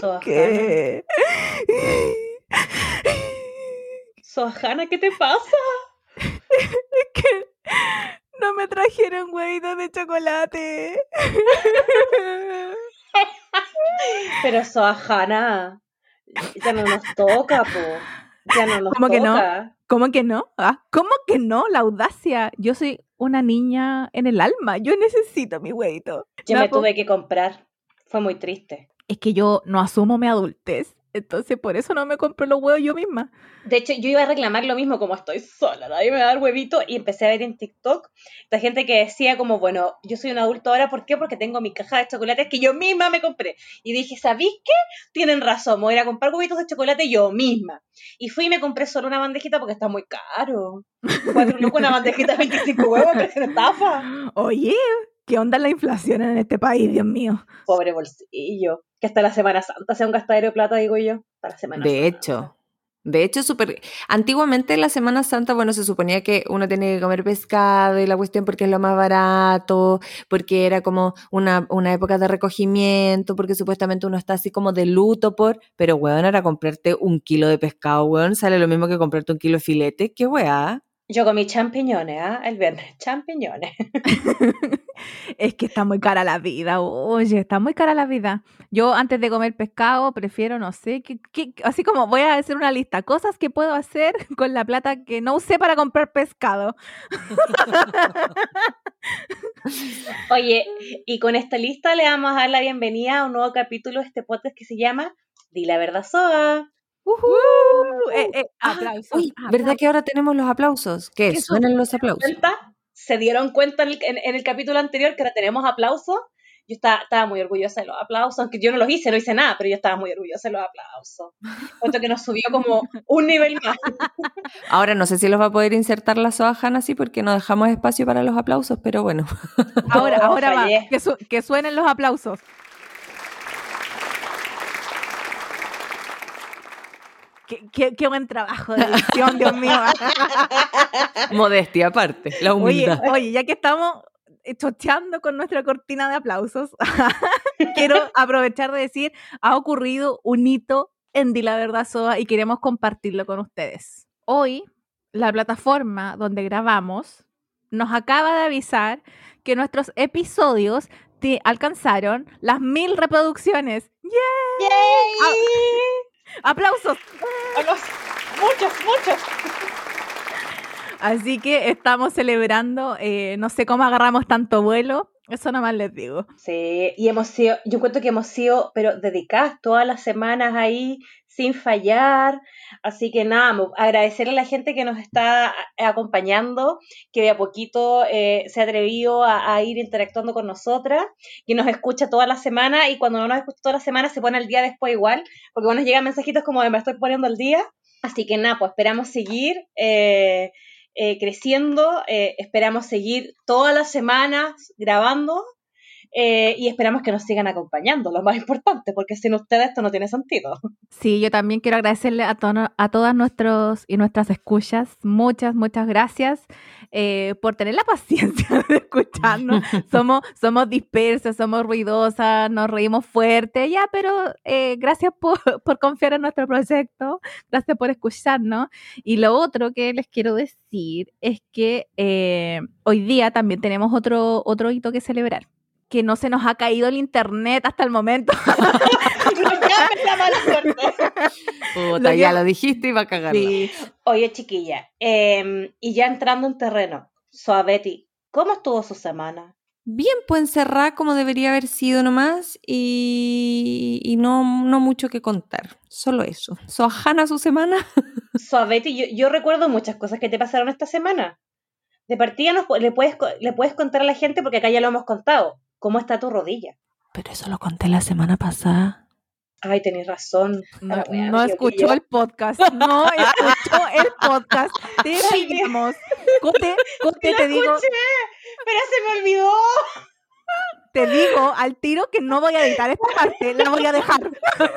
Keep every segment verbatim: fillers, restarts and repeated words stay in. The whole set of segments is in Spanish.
Soajana. qué? Soajana, ¿qué te pasa? Es que no me trajeron huevitos de chocolate. Pero Soajana, ya no nos toca, po. Ya no nos ¿Cómo que no? toca. ¿Cómo que no? ¿Ah? ¿Cómo que no? La audacia. Yo soy una niña en el alma. Yo necesito mi huevito. Yo No, me po. tuve que comprar. Fue muy triste. Es que yo no asumo mi adultez. Entonces por eso no me compro los huevos yo misma. De hecho, yo iba a reclamar lo mismo, como estoy sola, nadie me va a dar huevito, y empecé a ver en TikTok la gente que decía como, bueno, yo soy un adulto ahora, ¿por qué? Porque tengo mi caja de chocolates que yo misma me compré. Y dije, ¿sabéis qué? Tienen razón, me voy a ir a comprar huevitos de chocolate yo misma. Y fui y me compré solo una bandejita porque está muy caro. Cuatro lucas, una bandejita de veinticinco huevos, que es una estafa. Oye, ¿qué onda la inflación en este país, Dios mío? Pobre bolsillo. Que hasta la Semana Santa sea un gastadero de plata, digo yo. Hasta la Semana De Santa. hecho, de hecho, súper... Antiguamente la Semana Santa, bueno, se suponía que uno tenía que comer pescado y la cuestión porque es lo más barato, porque era como una, una época de recogimiento, porque supuestamente uno está así como de luto por... Pero, weón, era comprarte un kilo de pescado, weón, sale lo mismo que comprarte un kilo de filete. ¿Qué weá? Yo comí champiñones, ¿ah? El viernes, champiñones. Es que está muy cara la vida, oye, está muy cara la vida. Yo antes de comer pescado prefiero, no sé, que, que- así como voy a hacer una lista, cosas que puedo hacer con la plata que no usé para comprar pescado. Oye, y con esta lista le vamos a dar la bienvenida a un nuevo capítulo de este podcast que se llama Di la verdad, Soa. ¡Uhú! Eh, eh, Ah, aplausos, uy, ¿verdad aplausos. que ahora tenemos los aplausos? ¿Qué? Eso. Suenan los aplausos. ¿Cuenta? ¿Se dieron cuenta en el, en- en el capítulo anterior que ahora tenemos aplausos? Yo estaba, estaba muy orgullosa de los aplausos, aunque yo no los hice, no hice nada, pero yo estaba muy orgullosa de los aplausos. Cuento que nos subió como un nivel más. Ahora no sé si los va a poder insertar la Soajan así porque no dejamos espacio para los aplausos, pero bueno. Ahora, Oh, ahora va, fallé. que, su- que suenen los aplausos. Qué, qué- qué buen trabajo de edición, Dios mío. Modestia aparte, la Oye, humildad. oye, ya que estamos eh, chocheando con nuestra cortina de aplausos, quiero aprovechar de decir, ha ocurrido un hito en Di la Verdad Soa y queremos compartirlo con ustedes. Hoy, la plataforma donde grabamos nos acaba de avisar que nuestros episodios te alcanzaron las mil reproducciones. ¡Yay! ¡Yay! ¡Aplausos! A los- muchos, muchos. Así que estamos celebrando, eh, no sé cómo agarramos tanto vuelo, eso nomás les digo. Sí, y hemos sido, yo cuento que hemos sido, pero dedicadas todas las semanas ahí, sin fallar. Así que nada, mo- agradecerle a la gente que nos está a- acompañando, que de a poquito eh, se ha atrevido a, a ir interactuando con nosotras, que nos escucha toda la semana y cuando no nos escucha toda la semana se pone al día después igual, porque bueno, nos llegan mensajitos como de me estoy poniendo al día. Así que nada, pues esperamos seguir eh, eh, creciendo, eh, esperamos seguir todas las semanas grabando. Eh, y esperamos que nos sigan acompañando, lo más importante, porque sin ustedes esto no tiene sentido. Sí, yo también quiero agradecerle a, to- a todas nuestros y nuestras escuchas, muchas, muchas gracias eh, por tener la paciencia de escucharnos. somos, somos dispersas, somos ruidosas, nos reímos fuerte, ya, pero eh, gracias por, por confiar en nuestro proyecto, gracias por escucharnos. Y lo otro que les quiero decir es que eh, hoy día también tenemos otro, otro hito que celebrar, que no se nos ha caído el internet hasta el momento. No llames la mala suerte. Puta, Lo que- ya lo dijiste y va a cagarla. Sí. Oye, chiquilla, eh, y ya entrando en terreno, Soabeti, ¿cómo estuvo su semana? Bien, pues encerrada como debería haber sido nomás y, y no, no mucho que contar. Solo eso. ¿Soajana su semana? Soabeti, yo, yo recuerdo muchas cosas que te pasaron esta semana. De partida nos, le, puedes, co- le puedes contar a la gente, porque acá ya lo hemos contado, ¿cómo está tu rodilla? Pero eso lo conté la semana pasada. Ay, tenés razón. No, Ah, wea, no me escuchó equivoqué. el podcast, no escuchó el podcast. Te pillamos. Cote, Cote, ¡Lo te digo, escuché! ¡Pero se me olvidó! te digo al tiro que no voy a editar esta parte, la voy a dejar.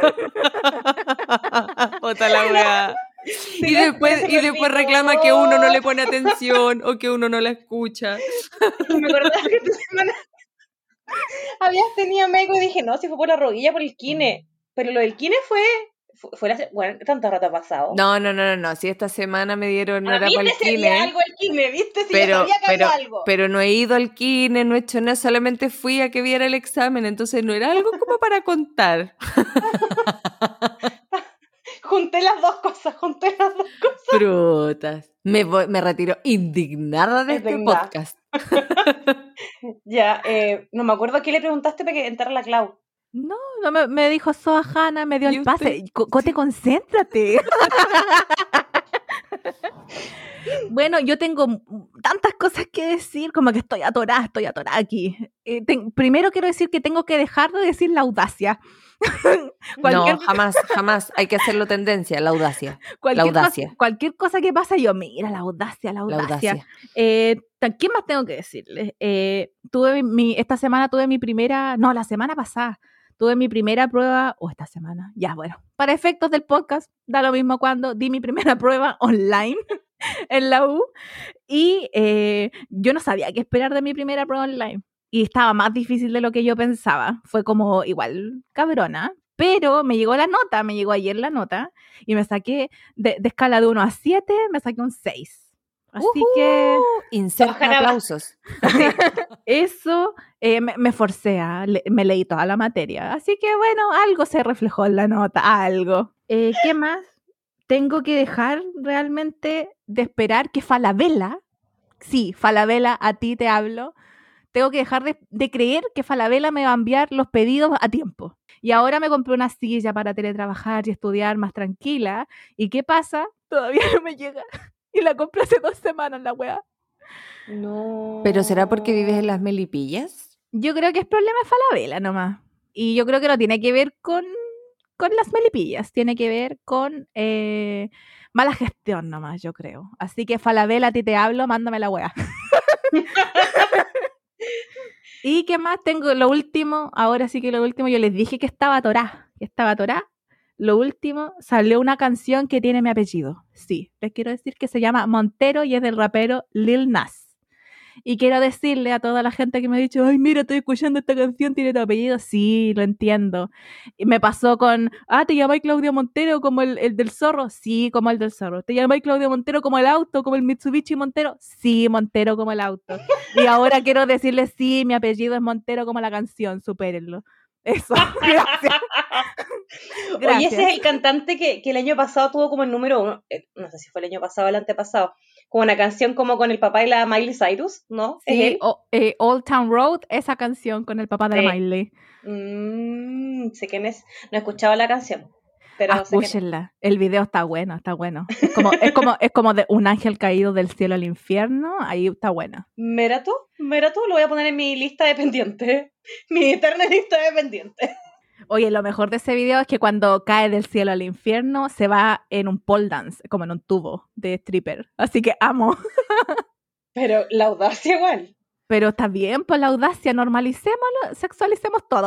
Puta la wea. Sí, Y después, se me y después olvidó. reclama que uno no le pone atención o que uno no la escucha. Y me acordaba que esta semana habías tenido médico y dije, no, si fue por la rodilla, por el kine. Pero lo del kine fue, fue, fue la, bueno, tanto rato ha pasado. No, no, no, no, no, si esta semana me dieron hora ¿Viste para el si había kine, algo al kine? ¿Viste si pero, yo sabía que pero, había algo? pero no he ido al kine, no he hecho nada, solamente fui a que viera el examen, entonces no era algo como para contar. Junté las dos cosas, junté las dos cosas. Frutas. Me, voy, me retiro indignada de Es este verdad. podcast. Ya, eh, no me acuerdo qué le preguntaste para que entrara la Clau. No, no me, me dijo Sohana, me dio ¿Y el usted? pase. Co- Cote, concéntrate. Bueno, yo tengo m- tantas cosas que decir, como que estoy atorada, estoy atorada aquí. Eh, ten- primero quiero decir que tengo que dejar de decir la audacia. Cualquier, No, jamás, jamás. Hay que hacerlo tendencia, la audacia. La cualquier, audacia. Cosa, cualquier cosa que pasa, yo, mira, la audacia, la La audacia. audacia. Eh, ta- ¿Qué más tengo que decirles? Eh, tuve mi, esta semana tuve mi primera, no, la semana pasada, tuve mi primera prueba, o esta semana, ya bueno, para efectos del podcast, da lo mismo cuando di mi primera prueba online en la U, y eh, yo no sabía qué esperar de mi primera prueba online, y estaba más difícil de lo que yo pensaba, fue como igual cabrona, pero me llegó la nota, me llegó ayer la nota, y me saqué, de, de escala de uno a siete, me saqué un seis. Así Uh-huh. que... Inserta Ojalá. aplausos. Sí, eso eh, me, me forcé a, le, me leí toda la materia. Así que bueno, algo se reflejó en la nota, algo. Eh, ¿Qué más? Tengo que dejar realmente de esperar que Falabella, sí, Falabella, a ti te hablo, tengo que dejar de, de creer que Falabella me va a enviar los pedidos a tiempo. Y ahora me compré una silla para teletrabajar y estudiar más tranquila. ¿Y qué pasa? Todavía no me llega. Y la compré hace dos semanas la weá. No. ¿Pero será porque vives en las Melipillas? Yo creo que es problema de Falabella nomás. Y yo creo que no tiene que ver con, con las melipillas, tiene que ver con eh, mala gestión nomás, yo creo. Así que Falabella, a ti te hablo, mándame la weá. ¿Y qué más tengo? Lo último, ahora sí que lo último, yo les dije que estaba atorá, que estaba atorá. Lo último, salió una canción que tiene mi apellido. Sí, les quiero decir que se llama Montero y es del rapero Lil Nas. Y quiero decirle a toda la gente que me ha dicho, ay, mira, estoy escuchando esta canción, tiene tu apellido. Sí, lo entiendo. Y me pasó con, ah, ¿te llamáis Claudio Montero como el, el del zorro? Sí, como el del zorro. ¿Te llamáis Claudio Montero como el auto, como el Mitsubishi Montero? Sí, Montero como el auto. Y ahora quiero decirle, sí, mi apellido es Montero como la canción, supérenlo. Eso, gracias. Oye, ese Gracias. es el cantante que, que el año pasado tuvo como el número uno, eh, no sé si fue el año pasado o el antepasado, como una canción como con el papá y la Miley Cyrus, ¿no? ¿Es Sí, él? o- eh, Old Town Road, esa canción con el papá de la Sí. Miley. Mm, sé quién es. No he escuchado la canción, pero sé quién es. Escúchenla. El video está bueno, está bueno. Es como, es como, es como de un ángel caído del cielo al infierno. Ahí está buena. Mira tú, mira tú, lo voy a poner en mi lista de pendientes. Mi eterna lista de pendientes. Oye, lo mejor de ese video es que cuando cae del cielo al infierno se va en un pole dance, como en un tubo de stripper. Así que amo. Pero la audacia igual. Pero está bien, pues la audacia, normalicémoslo, sexualicemos todo.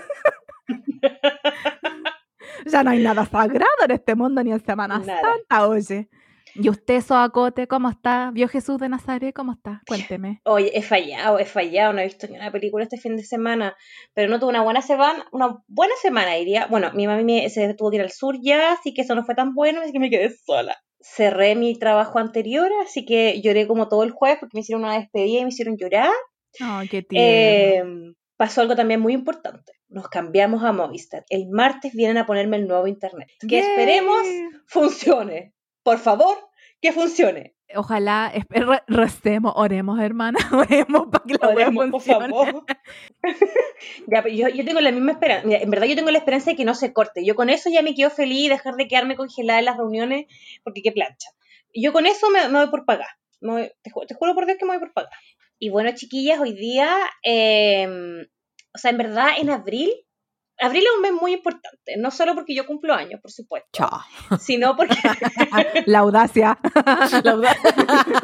Ya no hay nada sagrado en este mundo ni en Semana Nada. Santa, oye. ¿Y usted, Soacote, cómo está? ¿Vio Jesús de Nazaret? ¿Cómo está? Cuénteme. Oye, he fallado, he fallado, no he visto ni una película este fin de semana, pero no tuve una buena semana, una buena semana diría. Bueno, mi mami me- se tuvo que ir al sur ya, así que eso no fue tan bueno, así que me quedé sola. Cerré mi trabajo anterior, así que lloré como todo el jueves porque me hicieron una despedida y me hicieron llorar. Oh, qué tierno. Eh, pasó algo también muy importante. Nos cambiamos a Movistar. El martes vienen a ponerme el nuevo internet. Que Yay. esperemos funcione. Por favor, que funcione. Ojalá, esp- re- recemos, oremos, hermana, oremos para que la wea Oremos, por funcione. favor. Ya, pero yo, yo tengo la misma esperanza. Mira, en verdad yo tengo la esperanza de que no se corte. Yo con eso ya me quedo feliz, dejar de quedarme congelada en las reuniones, porque qué plancha. Y yo con eso me, me voy por pagar. Me voy- te, ju- te juro por Dios que me voy por pagar. Y bueno, chiquillas, hoy día, eh, o sea, en verdad en abril, abril es un mes muy importante, no solo porque yo cumplo años, por supuesto, Chao. sino porque La audacia. La audacia.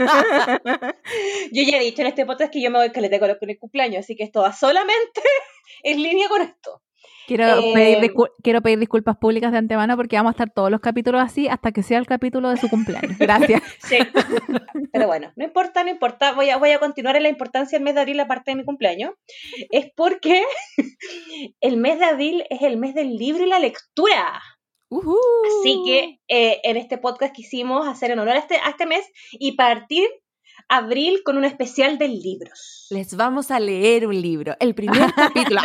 yo ya he dicho en este podcast que yo me voy caleta con el cumpleaños, así que esto va solamente en línea con esto. Quiero, Eh, pedir discul- quiero pedir disculpas públicas de antemano porque vamos a estar todos los capítulos así hasta que sea el capítulo de su cumpleaños. Gracias. Sí, pero bueno, no importa, no importa, voy a, voy a continuar en la importancia del mes de abril aparte de mi cumpleaños, es porque el mes de abril es el mes del libro y la lectura. Uh-huh. Así que eh, en este podcast quisimos hacer en honor a este, a este mes y partir abril con un especial de libros. Les vamos a leer un libro, el primer capítulo.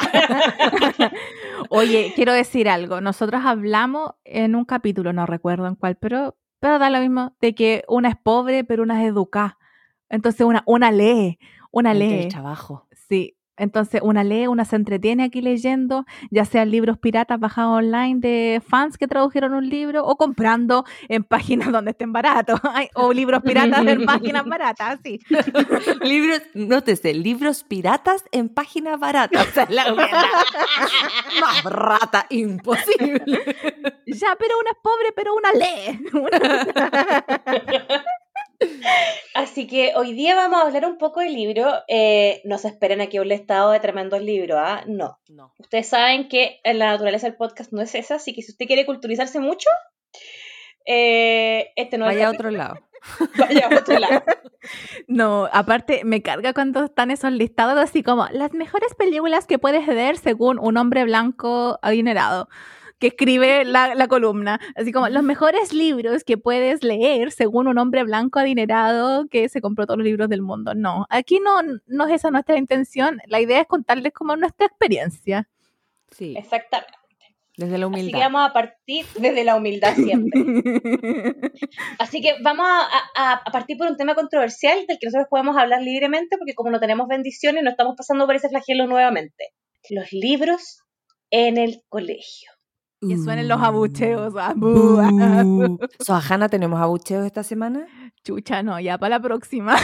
Oye, quiero decir algo. Nosotros hablamos en un capítulo, no recuerdo en cuál, pero, pero da lo mismo, de que una es pobre, pero una es educada. Entonces una, una lee, una El lee. del trabajo. Sí, entonces una lee, una se entretiene aquí leyendo, ya sean libros piratas bajados online de fans que tradujeron un libro o comprando en páginas donde estén baratos, Ay, o libros piratas en páginas baratas, sí. Libros, nótese, libros piratas en páginas baratas. O sea, la buena. Más rata imposible. Ya, pero una es pobre, pero una lee. Una... Así que hoy día vamos a hablar un poco del libro. Eh, no se esperen aquí un listado de tremendos libros, ¿ah? No. No. Ustedes saben que la naturaleza del podcast no es esa, así que si usted quiere culturizarse mucho, eh, este no es Vaya el a otro lado. Vaya a otro lado. No, aparte me carga cuando están esos listados así como las mejores películas que puedes ver según un hombre blanco adinerado que escribe la, la columna, así como los mejores libros que puedes leer según un hombre blanco adinerado que se compró todos los libros del mundo. No, aquí no, no es esa nuestra intención, la idea es contarles como nuestra experiencia. Sí. Exactamente. Desde la humildad. Así que vamos a partir desde la humildad siempre. Así que vamos a, a, a partir por un tema controversial del que nosotros podemos hablar libremente, porque como no tenemos bendiciones, no estamos pasando por ese flagelo nuevamente. Los libros en el colegio. Que suenen los abucheos. Ah, Soajana, ¿tenemos abucheos esta semana? Chucha, no, ya para la próxima.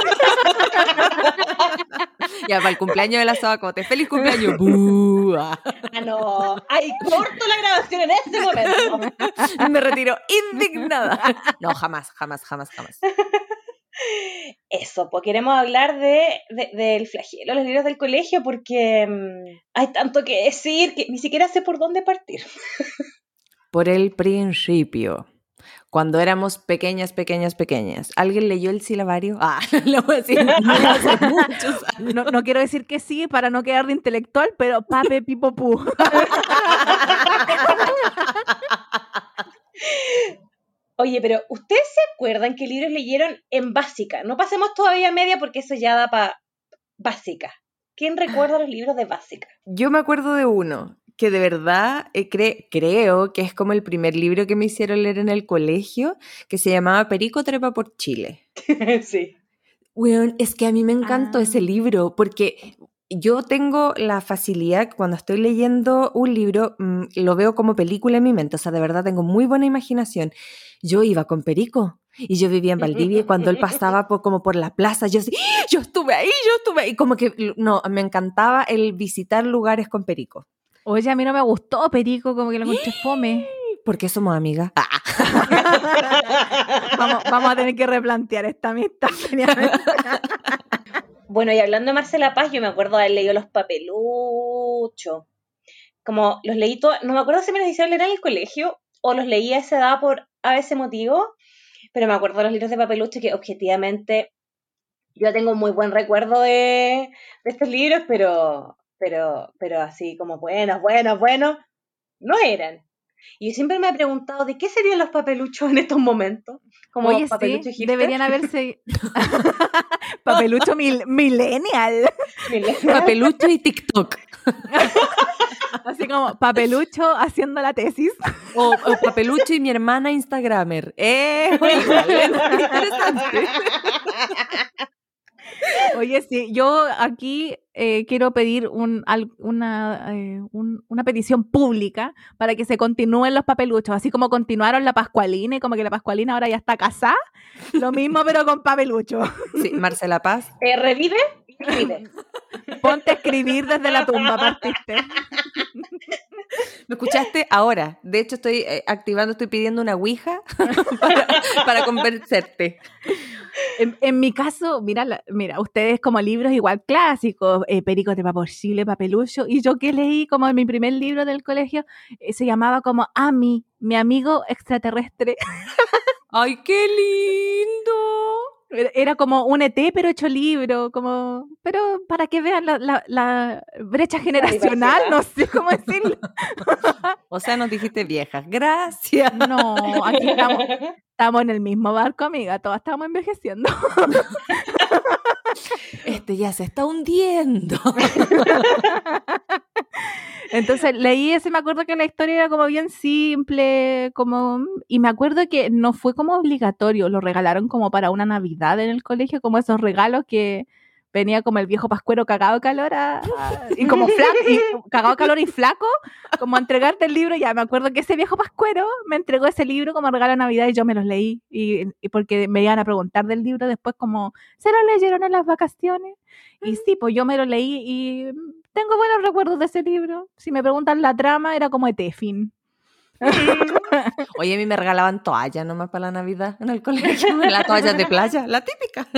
Ya, para el cumpleaños de la Soacote. ¡Feliz cumpleaños! ¡Bú! Ah, no. ¡Ay, corto la grabación en este momento! Me retiro indignada. No, jamás, jamás, jamás, jamás. Eso, pues queremos hablar de, de, del flagelo, los libros del colegio, porque um, hay tanto que decir que ni siquiera sé por dónde partir. Por el principio. Cuando éramos pequeñas, pequeñas, pequeñas. ¿Alguien leyó el silabario? Ah, lo voy a decir hace muchos años. No, no quiero decir que sí para no quedar de intelectual, pero pape pipo pu. Oye, pero ¿ustedes se acuerdan qué libros leyeron en básica? No pasemos todavía a media porque eso ya da para básica. ¿Quién recuerda los libros de básica? Yo me acuerdo de uno que de verdad eh, cre- creo que es como el primer libro que me hicieron leer en el colegio, que se llamaba Perico trepa por Chile. Sí. Bueno, es que a mí me encantó Ah. ese libro porque yo tengo la facilidad, cuando estoy leyendo un libro, mmm, lo veo como película en mi mente, o sea, de verdad tengo muy buena imaginación. Yo iba con Perico y yo vivía en Valdivia y cuando él pasaba por, como por la plaza, yo, yo estuve ahí, yo estuve ahí, como que no, me encantaba el visitar lugares con Perico. Oye, a mí no me gustó Perico, como que lo encontré fome. ¿Por qué somos amigas? Ah. vamos, vamos a tener que replantear esta amistad. Bueno, y hablando de Marcela Paz, yo me acuerdo de haber leído Los Papeluchos. Como los leí todos, no me acuerdo si me los hicieron leer en el colegio o los leí a esa edad por a ese motivo, pero me acuerdo de los libros de Papelucho que objetivamente yo tengo un muy buen recuerdo de, de estos libros, pero, pero, pero así como buenos, buenos, buenos, no eran. Y yo siempre me he preguntado de qué serían los papeluchos en estos momentos. Como Oye, papelucho sí, hipster. deberían haberse... Papelucho mil, millennial. Papelucho y TikTok. Así como Papelucho haciendo la tesis. O, o Papelucho y mi hermana Instagramer. Eh, igual, es interesante. Oye, sí, yo aquí eh, quiero pedir un, al, una, eh, un, una petición pública para que se continúen los papeluchos, así como continuaron la Pascualina y como que la Pascualina ahora ya está casada, lo mismo pero con papelucho. Sí, Marcela Paz. Eh, revive y escribe. Ponte a escribir desde la tumba, partiste. ¿Me escuchaste? Ahora. De hecho, estoy eh, activando, estoy pidiendo una ouija para, para convencerte. En, en mi caso, mira, la, mira, ustedes como libros igual clásicos, eh, Perico de Papor Chile, Papelucho, y yo que leí como en mi primer libro del colegio, eh, se llamaba como Ami, mi amigo extraterrestre. ¡Ay, qué lindo! Era, era como un E T, pero hecho libro, como, pero para que vean la, la, la brecha generacional, no sé cómo decirlo. O sea, nos dijiste viejas, gracias. No, aquí estamos, estamos en el mismo barco, amiga, todas estamos envejeciendo. Este ya se está hundiendo. Entonces leí ese, me acuerdo que la historia era como bien simple, como, y me acuerdo que no fue como obligatorio, lo regalaron como para una Navidad en el colegio, como esos regalos que venía como el viejo pascuero cagado de calor a, a, y como flaco, y cagado de calor y flaco, como a entregarte el libro. Ya me acuerdo que ese viejo pascuero me entregó ese libro como regalo de Navidad y yo me los leí, y, y porque me iban a preguntar del libro después como, ¿se lo leyeron en las vacaciones? Y sí, pues yo me lo leí y tengo buenos recuerdos de ese libro. Si me preguntan la trama, era como Etefin. Oye, a mí me regalaban toallas nomás para la Navidad en el colegio, las toallas de playa, la típica.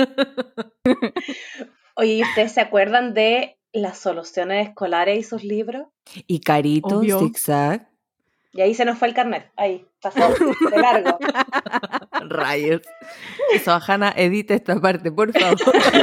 Oye, ¿y ustedes se acuerdan de las soluciones escolares y sus libros? Y Carito, Obvio. Zigzag. Y ahí se nos fue el carnet, ahí, pasó de largo. Rayos. Eso, Hanna, edita esta parte, por favor.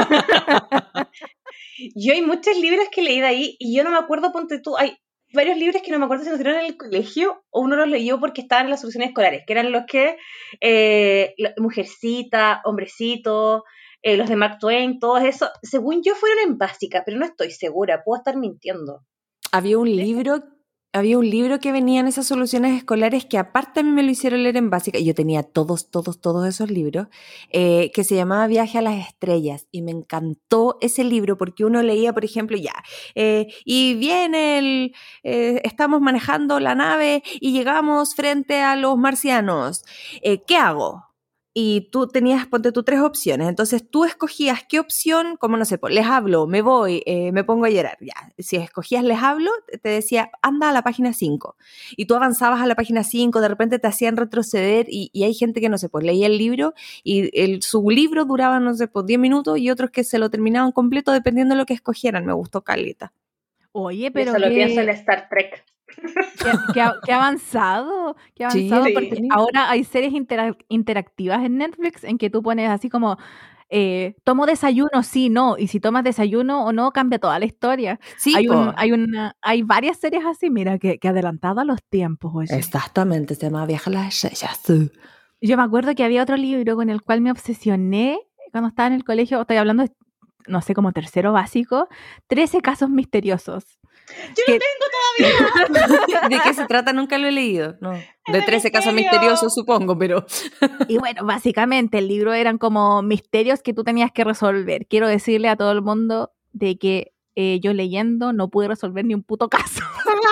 Yo hay muchos libros que leí de ahí y yo no me acuerdo, ponte tú, hay varios libros que no me acuerdo si nos dieron en el colegio o uno los leyó porque estaban en las soluciones escolares, que eran los que, eh, Mujercita, Hombrecito, eh, los de Mark Twain, todos esos, según yo fueron en básica, pero no estoy segura, puedo estar mintiendo. Había un libro, había un libro que venía en esas soluciones escolares que aparte a mí me lo hicieron leer en básica, y yo tenía todos, todos, todos esos libros, eh, que se llamaba Viaje a las Estrellas, y me encantó ese libro porque uno leía, por ejemplo, ya, eh, y viene el, eh, estamos manejando la nave y llegamos frente a los marcianos, eh, ¿qué hago? Y tú tenías, ponte tú, tres opciones. Entonces tú escogías qué opción, como no sé, pues, les hablo, me voy, eh, me pongo a llorar. Ya, si escogías les hablo, te decía, anda a la página cinco. Y tú avanzabas a la página cinco, de repente te hacían retroceder y, y hay gente que, no sé, pues leía el libro y el, su libro duraba, no sé, pues diez minutos y otros que se lo terminaban completo dependiendo de lo que escogieran. Me gustó caleta. Oye, pero Yo solo qué, pienso en Star Trek. qué, qué, qué avanzado, qué avanzado, Sí, porque sí. ahora hay series interac- interactivas en Netflix en que tú pones así como, eh, tomo desayuno, sí, no, y si tomas desayuno o no, cambia toda la historia. Sí, Hay, un, po. hay, una, hay varias series así, mira, que, que adelantado a los tiempos, oye. Exactamente, se llama Viaje a las Estrellas. Sí. Yo me acuerdo que había otro libro con el cual me obsesioné cuando estaba en el colegio, estoy hablando de, no sé, como tercero básico, trece casos misteriosos. Yo que- lo tengo todavía. ¿De qué se trata? Nunca lo he leído. No. De de trece casos misterio. misteriosos, supongo, pero... Y bueno, básicamente el libro eran como misterios que tú tenías que resolver. Quiero decirle a todo el mundo de que eh, yo leyendo no pude resolver ni un puto caso.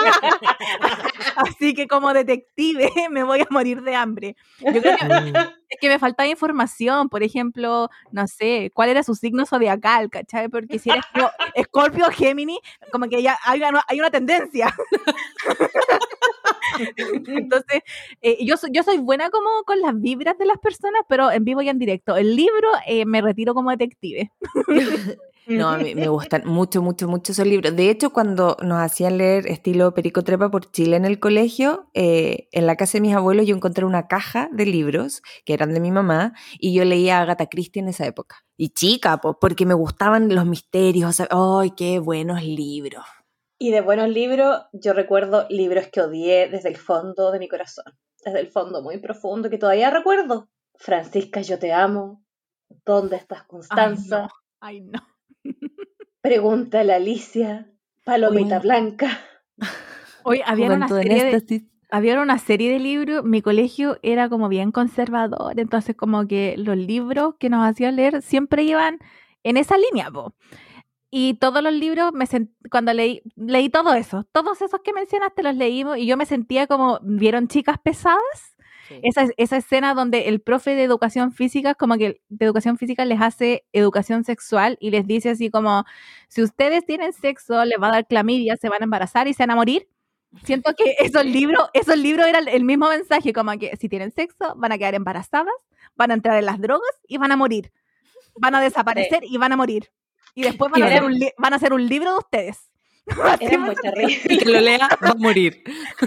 Así que como detective me voy a morir de hambre. Yo creo que es que me faltaba información, por ejemplo, no sé, cuál era su signo zodiacal, ¿cachai? Porque si era Esco- Escorpio o Géminis, como que ya hay una, hay una tendencia. Entonces, eh, yo, soy, yo soy buena como con las vibras de las personas, pero en vivo y en directo. El libro eh, me retiro como detective. No, a mí me gustan mucho, mucho, mucho esos libros. De hecho, cuando nos hacían leer estilo Perico Trepa por Chile en el colegio, eh, en la casa de mis abuelos yo encontré una caja de libros que eran de mi mamá y yo leía a Agatha Christie en esa época. Y chica, pues, porque me gustaban los misterios. O sea, ¡ay, qué buenos libros! Y de buenos libros, yo recuerdo libros que odié desde el fondo de mi corazón, desde el fondo muy profundo, que todavía recuerdo. Francisca, yo te amo. ¿Dónde estás, Constanza? Ay, no. Ay, no. Pregúntale a Alicia. Palomita Oye. Blanca. Hoy había una Juventud en serie de, éxtasis. había una serie de libros, mi colegio era como bien conservador, entonces como que los libros que nos hacían leer siempre iban en esa línea, po. Y todos los libros, me sent- cuando leí, leí todo eso, todos esos que mencionaste los leímos y yo me sentía como, ¿vieron Chicas Pesadas? Sí. Esa, esa escena donde el profe de educación física, como que de educación física les hace educación sexual y les dice así como, si ustedes tienen sexo, les va a dar clamidia, se van a embarazar y se van a morir. Siento que esos libros, esos libros eran el mismo mensaje, como que si tienen sexo, van a quedar embarazadas, van a entrar en las drogas y van a morir. van a desaparecer sí. y van a morir. Y después van a, hacer un li- van a hacer un libro de ustedes. Era muy terrible. Y que lo lea, va a morir.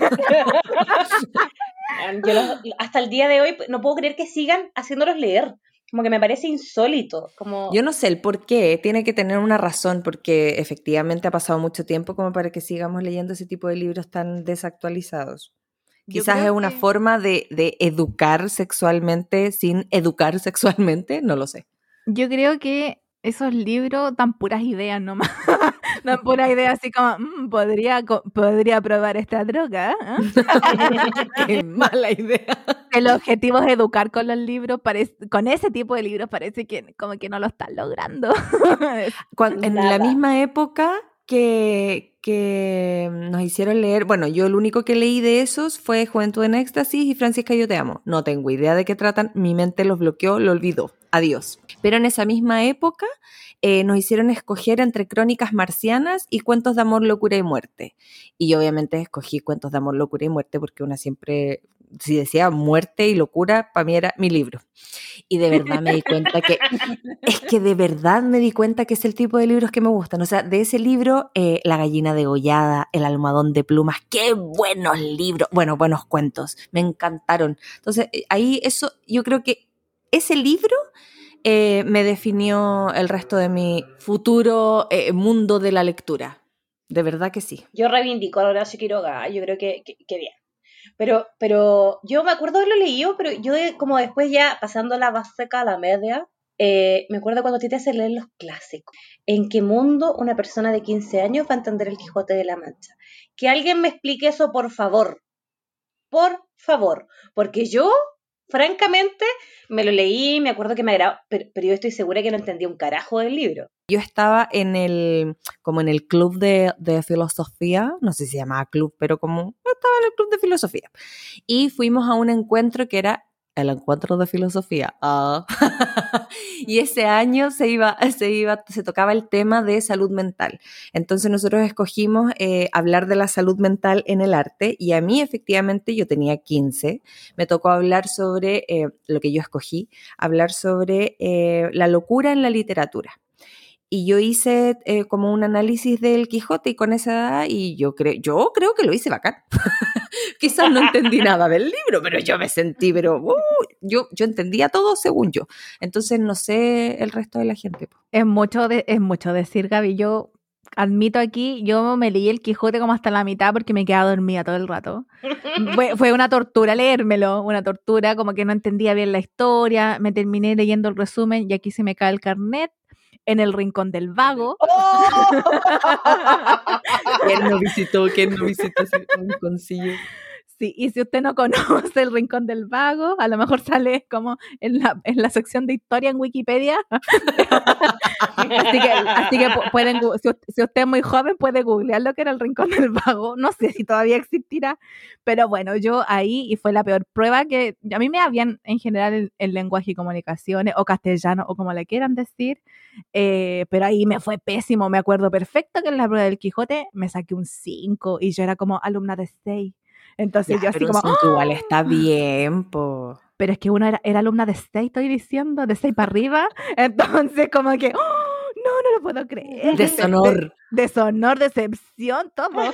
Yo los, hasta el día de hoy no puedo creer que sigan haciéndolos leer. Como que me parece insólito. Como... Yo no sé el por qué, tiene que tener una razón, porque efectivamente ha pasado mucho tiempo como para que sigamos leyendo ese tipo de libros tan desactualizados. Yo Quizás es una que... forma de, de educar sexualmente sin educar sexualmente, no lo sé. Yo creo que esos libros dan puras ideas nomás. Dan puras ideas así como, mmm, podría, podría probar esta droga. ¿eh? Qué mala idea. El objetivo es educar con los libros, parece, con ese tipo de libros parece que como que no lo están logrando. Cuando, en la misma época que, que nos hicieron leer, bueno, yo el único que leí de esos fue Juventud en Éxtasis y Francisca, yo te amo. No tengo idea de qué tratan, mi mente los bloqueó, lo olvidó. Adiós. Pero en esa misma época eh, nos hicieron escoger entre Crónicas Marcianas y Cuentos de Amor, Locura y Muerte. Y yo obviamente escogí Cuentos de Amor, Locura y Muerte porque una siempre, si decía muerte y locura, para mí era mi libro. Y de verdad me di cuenta que, es que de verdad me di cuenta que es el tipo de libros que me gustan. O sea, de ese libro, eh, La gallina degollada, El almohadón de plumas, qué buenos libros, bueno, buenos cuentos, me encantaron. Entonces, ahí eso, yo creo que ese libro eh, me definió el resto de mi futuro eh, mundo de la lectura. De verdad que sí. Yo reivindico a Horacio Quiroga, yo creo que, que, que bien. Pero, pero yo me acuerdo de haberlo leído, pero yo como después ya pasando la básica a la media, eh, me acuerdo cuando te hacen leer los clásicos. ¿En qué mundo una persona de quince años va a entender el Quijote de la Mancha? Que alguien me explique eso, por favor. Por favor. Porque yo, francamente, me lo leí, me acuerdo que me agradó, pero, pero yo estoy segura que no entendí un carajo del libro. Yo estaba en el, como en el club de, de filosofía, no sé si se llamaba club, pero como estaba en el club de filosofía. Y fuimos a un encuentro que era el encuentro de filosofía. Uh. Y ese año se iba, se iba, se tocaba el tema de salud mental. Entonces nosotros escogimos eh, hablar de la salud mental en el arte, y a mí efectivamente, yo tenía quince, me tocó hablar sobre, eh, lo que yo escogí, hablar sobre eh, la locura en la literatura. Y yo hice eh, como un análisis del Quijote y con esa edad, y yo, cre- yo creo que lo hice bacán. Quizás no entendí nada del libro, pero yo me sentí, pero uh, yo, yo entendía todo según yo. Entonces no sé el resto de la gente. Es mucho, de, es mucho decir, Gaby. Yo admito aquí, yo me leí el Quijote como hasta la mitad porque me quedaba dormida todo el rato. Fue, fue una tortura leérmelo, una tortura, como que no entendía bien la historia. Me terminé leyendo el resumen y aquí se me cae el carnet. En el Rincón del Vago. ¡Oh! ¿Quién no visitó? ¿Quién no visitó ese rinconcillo? Sí, y si usted no conoce el Rincón del Vago, a lo mejor sale como en la, en la sección de historia en Wikipedia. así que, así que pueden, si, si usted es muy joven, puede googlear lo que era el Rincón del Vago. No sé si todavía existirá, pero bueno, yo ahí, y fue la peor prueba que a mí me habían en general el, el lenguaje y comunicaciones, o castellano, o como le quieran decir, eh, pero ahí me fue pésimo. Me acuerdo perfecto que en la prueba del Quijote me saqué un cinco y yo era como alumna de seis. Entonces ya, yo así como... ¡Oh! Igual está bien, po. Pero es que uno era, era alumna de seis, estoy diciendo, de seis para arriba. Entonces como que... ¡Oh! No, no lo puedo creer. Deshonor. De, deshonor, decepción, todo.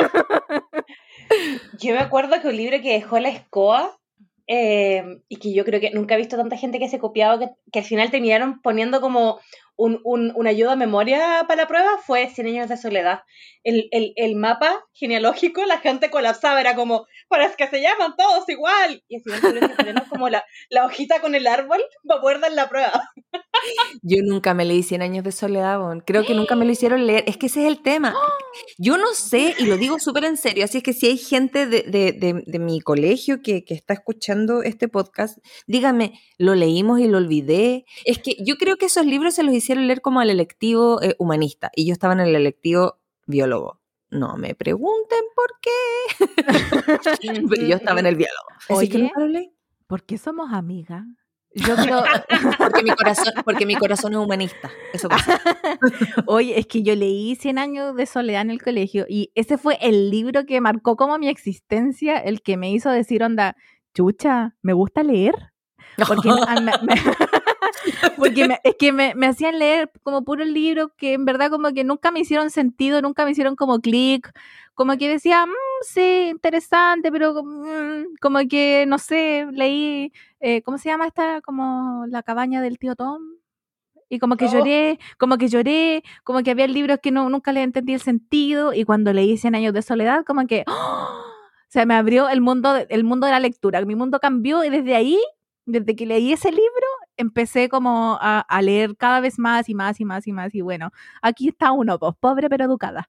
Yo me acuerdo que un libro que dejó la escoba, eh, y que yo creo que nunca he visto tanta gente que se copiaba, que, que al final terminaron poniendo como un, un, una ayuda a memoria para la prueba, fue Cien años de soledad. El, el, el mapa genealógico, la gente colapsaba, era como, pero es que se llaman todos igual. Y al final tuvieron que ponernos como la, la hojita con el árbol para poder dar la prueba. Yo nunca me leí Cien años de soledad, bon. Creo que nunca me lo hicieron leer. Es que ese es el tema. Yo no sé, y lo digo súper en serio, así es que si hay gente de, de, de, de mi colegio que, que está escuchando este podcast, dígame, ¿lo leímos y lo olvidé? Es que yo creo que esos libros se los hicieron leer como al electivo eh, humanista, y yo estaba en el electivo biólogo. No me pregunten por qué. Pero yo estaba en el biólogo. Así Oye, que nunca lo leí. ¿Por qué somos amigas? Yo creo... porque, mi corazón, porque mi corazón es humanista. Eso pasa. Oye, es que yo leí Cien años de soledad en el colegio y ese fue el libro que marcó como mi existencia, el que me hizo decir, onda, chucha, ¿me gusta leer? Porque me, me, Porque me, es que me, me hacían leer como puros libros que en verdad como que nunca me hicieron sentido, nunca me hicieron como clic, como que decía, mmm, sí, interesante, pero mmm, como que, no sé, leí, eh, ¿cómo se llama esta? Como La cabaña del tío Tom. Y como que Oh. lloré, como que lloré, como que había libros que no, nunca les entendí el sentido, y cuando leí Cien años de soledad, como que ¡oh! Se me abrió el mundo, de, el mundo de la lectura, mi mundo cambió, y desde ahí, desde que leí ese libro, empecé como a, a leer cada vez más y más y más y más, y bueno, aquí está uno, pues, pobre pero educada.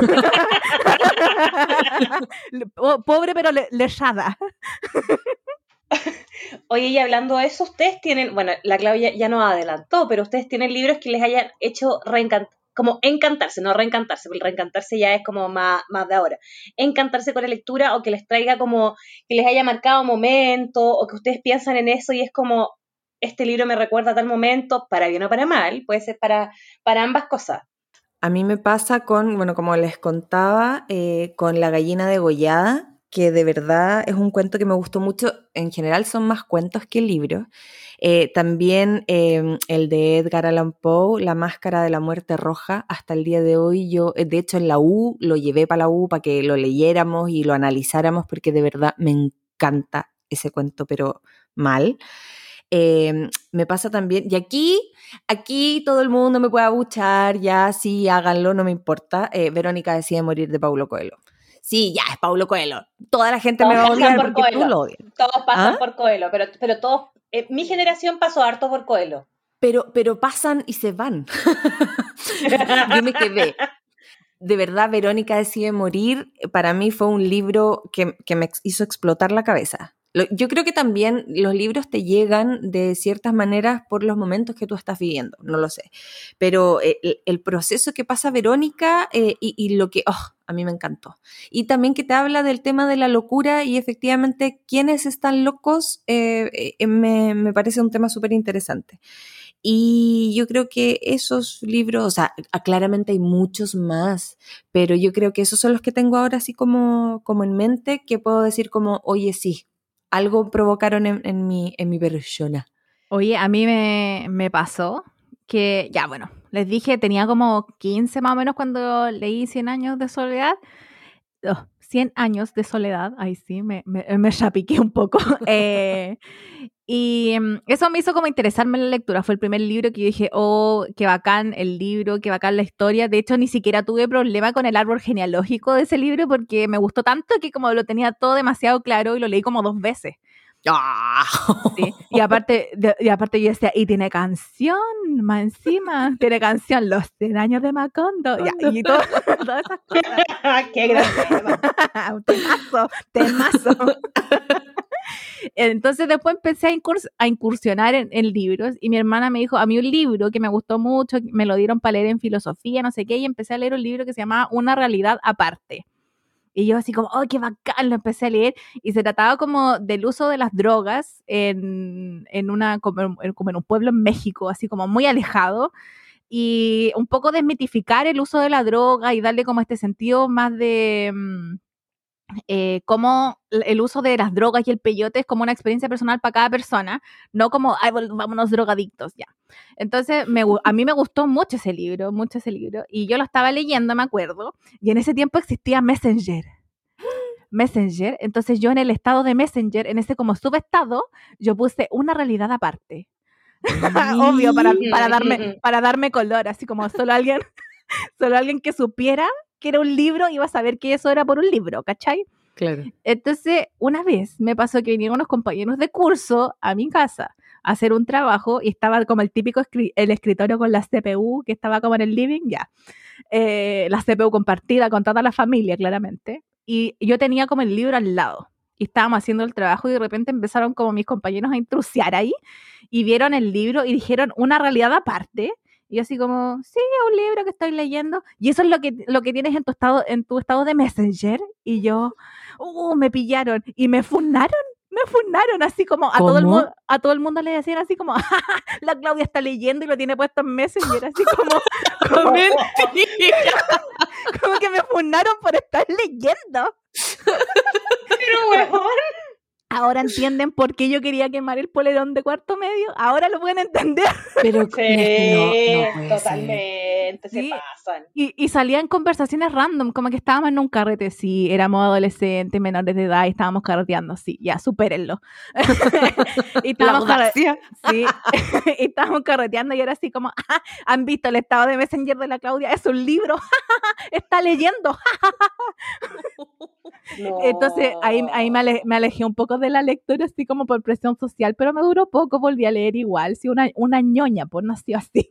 Pobre pero le, leyada. Oye, y hablando de eso, ustedes tienen, bueno, la Claudia ya nos adelantó, pero ustedes tienen libros que les hayan hecho reencantar, como encantarse, no reencantarse, porque reencantarse ya es como más, más de ahora. Encantarse con la lectura, o que les traiga como, que les haya marcado un momento, o que ustedes piensan en eso y es como, este libro me recuerda a tal momento, para bien o para mal, puede ser para, para ambas cosas. A mí me pasa con, bueno, como les contaba, eh, con La gallina degollada, que de verdad es un cuento que me gustó mucho. En general son más cuentos que libros. Eh, también eh, el de Edgar Allan Poe, La máscara de la muerte roja, hasta el día de hoy yo, de hecho en la U, lo llevé para la U para que lo leyéramos y lo analizáramos, porque de verdad me encanta ese cuento, pero mal. Eh, me pasa también, y aquí, aquí todo el mundo me puede abuchar, ya sí, háganlo, no me importa. Eh, Verónica decide morir de Paulo Coelho. Sí, ya, es Paulo Coelho. Toda la gente Todos me va a odiar por porque Coelho. tú lo odias. Todos pasan ¿Ah? por Coelho, pero, pero todos, eh, mi generación pasó harto por Coelho. Pero, pero pasan y se van. Yo me quedé. De verdad, Verónica decide morir, para mí fue un libro que, que me hizo explotar la cabeza. Yo creo que también los libros te llegan de ciertas maneras por los momentos que tú estás viviendo, no lo sé. Pero el, el proceso que pasa Verónica eh, y, y lo que, oh, a mí me encantó. Y también que te habla del tema de la locura y efectivamente quiénes están locos, eh, eh, me, me parece un tema súper interesante. Y yo creo que esos libros, o sea, claramente hay muchos más, pero yo creo que esos son los que tengo ahora así como, como en mente, que puedo decir como, oye, sí, algo provocaron en, en, mi, en mi persona. Oye, a mí me, me pasó que, ya bueno, les dije, tenía como quince más o menos cuando leí Cien años de soledad. Oh, cien años de soledad, ahí sí, me, me, me chapiqué un poco. eh, y um, eso me hizo como interesarme en la lectura. Fue el primer libro que yo dije, oh, qué bacán el libro, qué bacán la historia. De hecho, ni siquiera tuve problema con el árbol genealógico de ese libro porque me gustó tanto que como lo tenía todo demasiado claro y lo leí como dos veces. ¡Oh! Sí. Y aparte, de, y aparte yo decía, y tiene canción, más encima, tiene canción, Los cien años de Macondo, ya, y todo, todas esas cosas. ¡Qué gran tema! Un temazo, temazo. Entonces después empecé a, incurs a incursionar en, en libros, y mi hermana me dijo, a mí un libro que me gustó mucho, me lo dieron para leer en filosofía, no sé qué, y empecé a leer un libro que se llamaba Una realidad aparte. Y yo así como, oh, qué bacán, lo empecé a leer, y se trataba como del uso de las drogas en, en, una, como, como en un pueblo en México, así como muy alejado, y un poco desmitificar el uso de la droga y darle como este sentido más de eh, cómo el uso de las drogas y el peyote es como una experiencia personal para cada persona, no como, ay, vámonos drogadictos, ya. Entonces, me, a mí me gustó mucho ese libro, mucho ese libro, y yo lo estaba leyendo, me acuerdo, y en ese tiempo existía Messenger. Messenger, entonces yo en el estado de Messenger, en ese como subestado, yo puse Una realidad aparte. Obvio, para, para, darme, para darme color, así como solo alguien, solo alguien que supiera que era un libro iba a saber que eso era por un libro, ¿cachai? Claro. Entonces, una vez me pasó que vinieron unos compañeros de curso a mi casa a hacer un trabajo y estaba como el típico escri el escritorio con la C P U que estaba como en el living, ya. Eh, la C P U compartida con toda la familia, claramente. Y yo tenía como el libro al lado. Y estábamos haciendo el trabajo y de repente empezaron como mis compañeros a intrusiar ahí y vieron el libro y dijeron Una realidad aparte. Y yo así como, sí, es un libro que estoy leyendo. Y eso es lo que, lo que tienes en tu estado, en tu estado de Messenger. Y yo, uh, me pillaron. Y me funaron, me funaron así como a todo el mundo, a todo el mundo le decían así como, la Claudia está leyendo y lo tiene puesto en Messenger, así como, como, como que me funaron por estar leyendo. Pero huevón. Ahora entienden por qué yo quería quemar el polerón de cuarto medio. Ahora lo pueden entender. Pero Sí, no, no puede ser. totalmente, se Sí. pasan. Y, y salían conversaciones random, como que estábamos en un carrete, sí, éramos adolescentes, menores de edad, y estábamos carreteando, sí, ya, supérenlo. y La estábamos carre- audacia. sí, y estábamos carreteando y era así como, "Ah, ¿han visto el estado de Messenger de la Claudia? Es un libro, está leyendo". No. Entonces ahí, ahí me, ale- me alejé un poco de la lectura, así como por presión social, pero me duró poco, volví a leer igual, sí, una, una ñoña, pues nació así.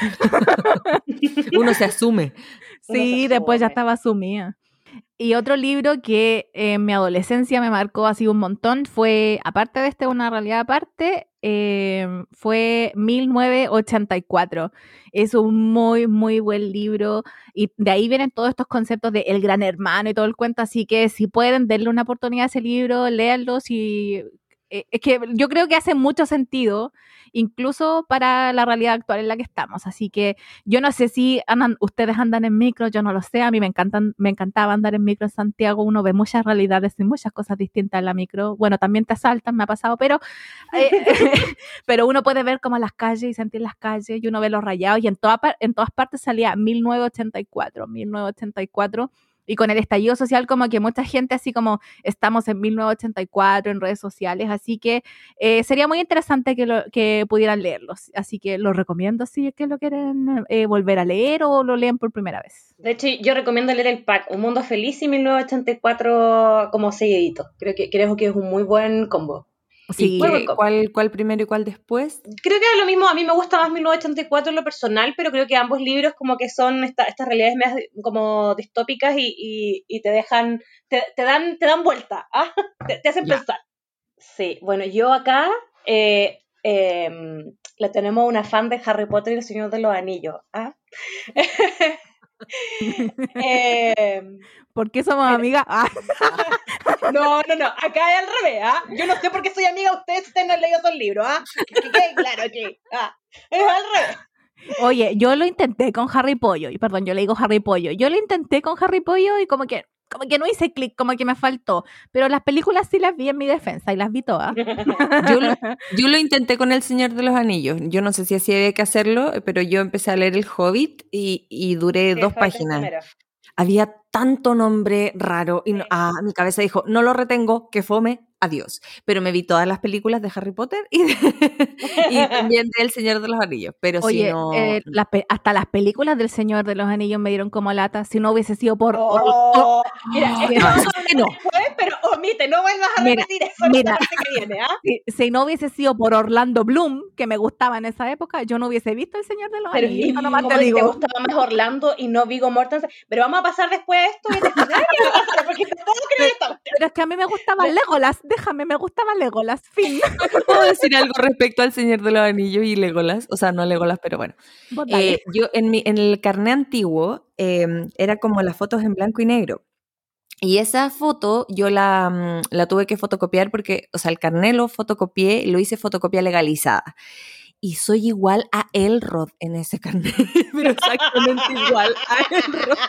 Uno se asume. Uno se Sí, después ya asume. estaba sumida. Y otro libro que eh, en mi adolescencia me marcó así un montón fue, aparte de este, una realidad aparte, eh, fue mil novecientos ochenta y cuatro. Es un muy, muy buen libro y de ahí vienen todos estos conceptos de El Gran Hermano y todo el cuento, así que si pueden, denle una oportunidad a ese libro, léanlo. Si, eh, es que yo creo que hace mucho sentido, incluso para la realidad actual en la que estamos, así que yo no sé si andan, ustedes andan en micro, yo no lo sé, a mí me encantan, me encantaba andar en micro en Santiago, uno ve muchas realidades y muchas cosas distintas en la micro, bueno, también te asaltan, me ha pasado, pero, eh, pero uno puede ver como las calles y sentir las calles y uno ve los rayados y en, toda, en todas partes salía mil novecientos ochenta y cuatro, mil novecientos ochenta y cuatro y con el estallido social como que mucha gente así como estamos en mil novecientos ochenta y cuatro en redes sociales, así que eh, sería muy interesante que, lo, que pudieran leerlos, así que los recomiendo si es que lo quieren eh, volver a leer o lo leen por primera vez. De hecho, yo recomiendo leer el pack Un Mundo Feliz y mil novecientos ochenta y cuatro como seguidito. Creo que, creo que es un muy buen combo. Sí. ¿Y Muy buen qué, combo. cuál, cuál primero y cuál después? Creo que es lo mismo, a mí me gusta más mil novecientos ochenta y cuatro en lo personal, pero creo que ambos libros como que son esta, estas realidades medias como distópicas y, y, y te dejan, te, te dan, te dan vuelta, ¿ah? te, te hacen Ya. pensar. Sí, bueno, yo acá eh, eh, le tenemos una fan de Harry Potter y el Señor de los Anillos, ¿ah? eh, ¿Por qué somos amigas? Ah. No, no, no, acá es al revés, ¿ah? Yo no sé por qué soy amiga de ustedes si ustedes no han leído esos libros, ¿ah? Que quede claro aquí, ¿ah? Es al revés. Oye, yo lo intenté con Harry Pollo, y perdón, yo le digo Harry Pollo, yo lo intenté con Harry Pollo y como que, como que no hice clic, como que me faltó, pero las películas sí las vi en mi defensa y las vi todas. Yo lo, yo lo intenté con El Señor de los Anillos, yo no sé si así había que hacerlo, pero yo empecé a leer El Hobbit y, y duré Sí, dos fue el páginas. primero. Había tanto nombre raro y no, Sí. ah, mi cabeza dijo, no lo retengo, que fome, adiós. Pero me vi todas las películas de Harry Potter y, de, y también de El Señor de los Anillos, pero Oye, si no... eh, las pe- hasta las películas del Señor de los Anillos me dieron como lata, si no hubiese sido por... or- or- Oh, mira, ¡Ah! es que No, vamos eso a sí que hablar no. después, pero omite, no vuelvas a Mira, repetir eso en mira. la parte que viene, ¿ah? si, si no hubiese sido por Orlando Bloom, que me gustaba en esa época, yo no hubiese visto El Señor de los Pero Anillos, y eso nomás como te que te digo. gustaba más Orlando y no Viggo Mortensen, pero vamos a pasar después a esto y te porque tampoco creo que estamos. Pero es que a mí me gustaba Legolas, déjame, me gustaba Legolas, fin. ¿Puedo decir algo respecto al Señor de los Anillos y Legolas? O sea, no Legolas, pero bueno. Vos dale. Eh, yo en, mi, en el carné antiguo eh, era como las fotos en blanco y negro. Y esa foto yo la, la tuve que fotocopiar porque, o sea, el carné lo fotocopié, lo hice fotocopia legalizada. Y soy igual a Elrod en ese carnet, pero exactamente igual a Elrod.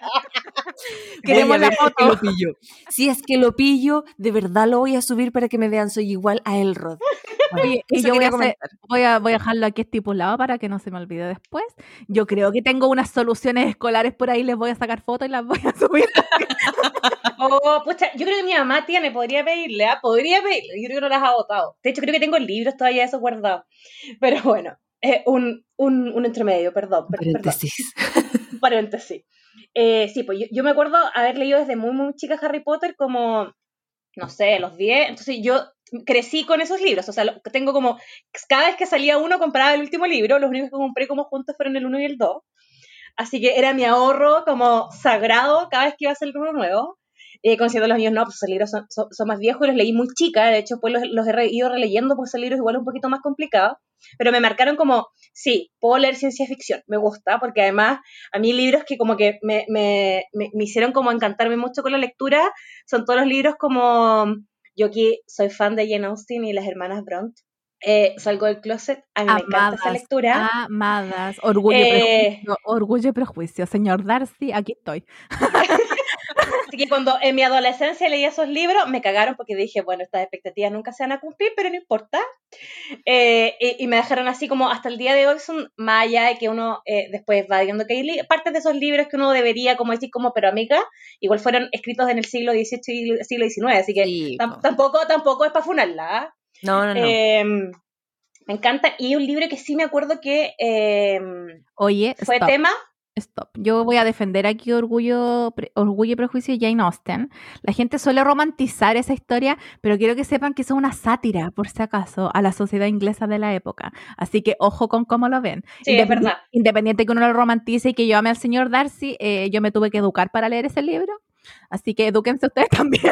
Queremos Voy a la ver si es que foto. lo pillo. Si es que lo pillo, de verdad lo voy a subir para que me vean, soy igual a Elrod. Bueno, Oye, y eso yo voy a, quería hacer, comentar. voy, a, voy a dejarlo aquí estipulado para que no se me olvide después. Yo creo que tengo unas soluciones escolares por ahí, les voy a sacar fotos y las voy a subir. Oh, pucha, yo creo que mi mamá tiene, podría pedirle, ¿ah? Podría pedirle, yo creo que no las ha votado. De hecho, creo que tengo libros todavía de esos guardados. Pero bueno, eh, un, un, un entremedio, perdón. Per, Paréntesis. Perdón. Paréntesis. Eh, sí, pues yo, yo me acuerdo haber leído desde muy, muy chica Harry Potter, como, no sé, los diez. Entonces yo crecí con esos libros. O sea, lo, tengo como, cada vez que salía uno compraba el último libro. Los únicos que compré como juntos fueron el uno y el dos. Así que era mi ahorro como sagrado cada vez que iba a salir uno nuevo. Eh, conociendo los niños, no, pues esos libros son, son, son más viejos y los leí muy chica. De hecho, pues los, los he re, ido releyendo, pues esos libros igual es un poquito más complicado. Pero me marcaron como, sí, puedo leer ciencia ficción, me gusta, porque además a mí libros que como que me, me, me, me hicieron como encantarme mucho con la lectura son todos los libros como, yo aquí soy fan de Jane Austen y las hermanas Brontë. Eh, salgo del closet, a mí Amadas, me encanta esa lectura. Amadas, orgullo y Eh, prejuicio, orgullo y prejuicio. Señor Darcy, aquí estoy. Así que cuando en mi adolescencia leí esos libros, me cagaron porque dije, bueno, estas expectativas nunca se van a cumplir, pero no importa. Eh, y, y me dejaron así como hasta el día de hoy, son más allá de que uno eh, después va viendo que hay li- partes de esos libros que uno debería como decir como, pero amiga, igual fueron escritos en el siglo dieciocho y siglo diecinueve, así que Sí, tam- po. tampoco, tampoco es para funarla. ¿Ah? No, no, no. Eh, me encanta. Y un libro que sí me acuerdo que eh, Oye, fue stop. tema. Stop. Yo voy a defender aquí Orgullo, Pre- Orgullo y Prejuicio de Jane Austen. La gente suele romantizar esa historia, pero quiero que sepan que eso es una sátira, por si acaso, a la sociedad inglesa de la época. Así que ojo con cómo lo ven. Sí, es Independi- verdad. Independiente que uno lo romantice y que yo ame al señor Darcy, eh, yo me tuve que educar para leer ese libro. Así que edúquense ustedes también.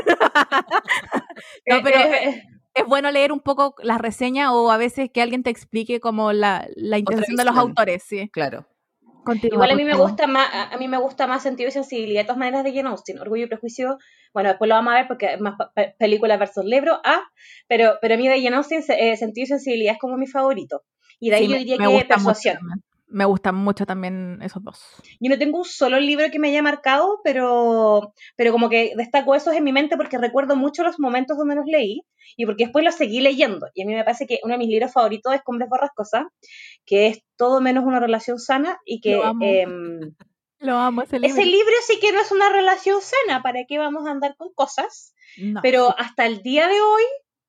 No, pero Eh, eh, eh, es bueno leer un poco las reseñas o a veces que alguien te explique como la, la Otra intención de los visión, autores, sí. claro. Continúa, Igual a por mí me favor. gusta más, a a mí me gusta más Sentido y Sensibilidad de todas maneras de Jane Austen. Orgullo y Prejuicio, bueno, después lo vamos a ver porque es más pa- pe- película versus libro, ah, pero, pero a mí de Jane Austen se- eh, Sentido y Sensibilidad es como mi favorito. Y de ahí Sí, yo me, diría me que gustan mucho Persuasión. también. Me gustan mucho también esos dos. Yo no tengo un solo libro que me haya marcado, pero, pero como que destaco esos en mi mente porque recuerdo mucho los momentos donde los leí y porque después los seguí leyendo. Y a mí me parece que uno de mis libros favoritos es Cumbres Borrascosas, que es todo menos una relación sana y Lo que... amo, em, lo amo ese ese libro. libro sí que no es una relación sana, ¿para qué vamos a andar con cosas? No, Pero sí. hasta el día de hoy,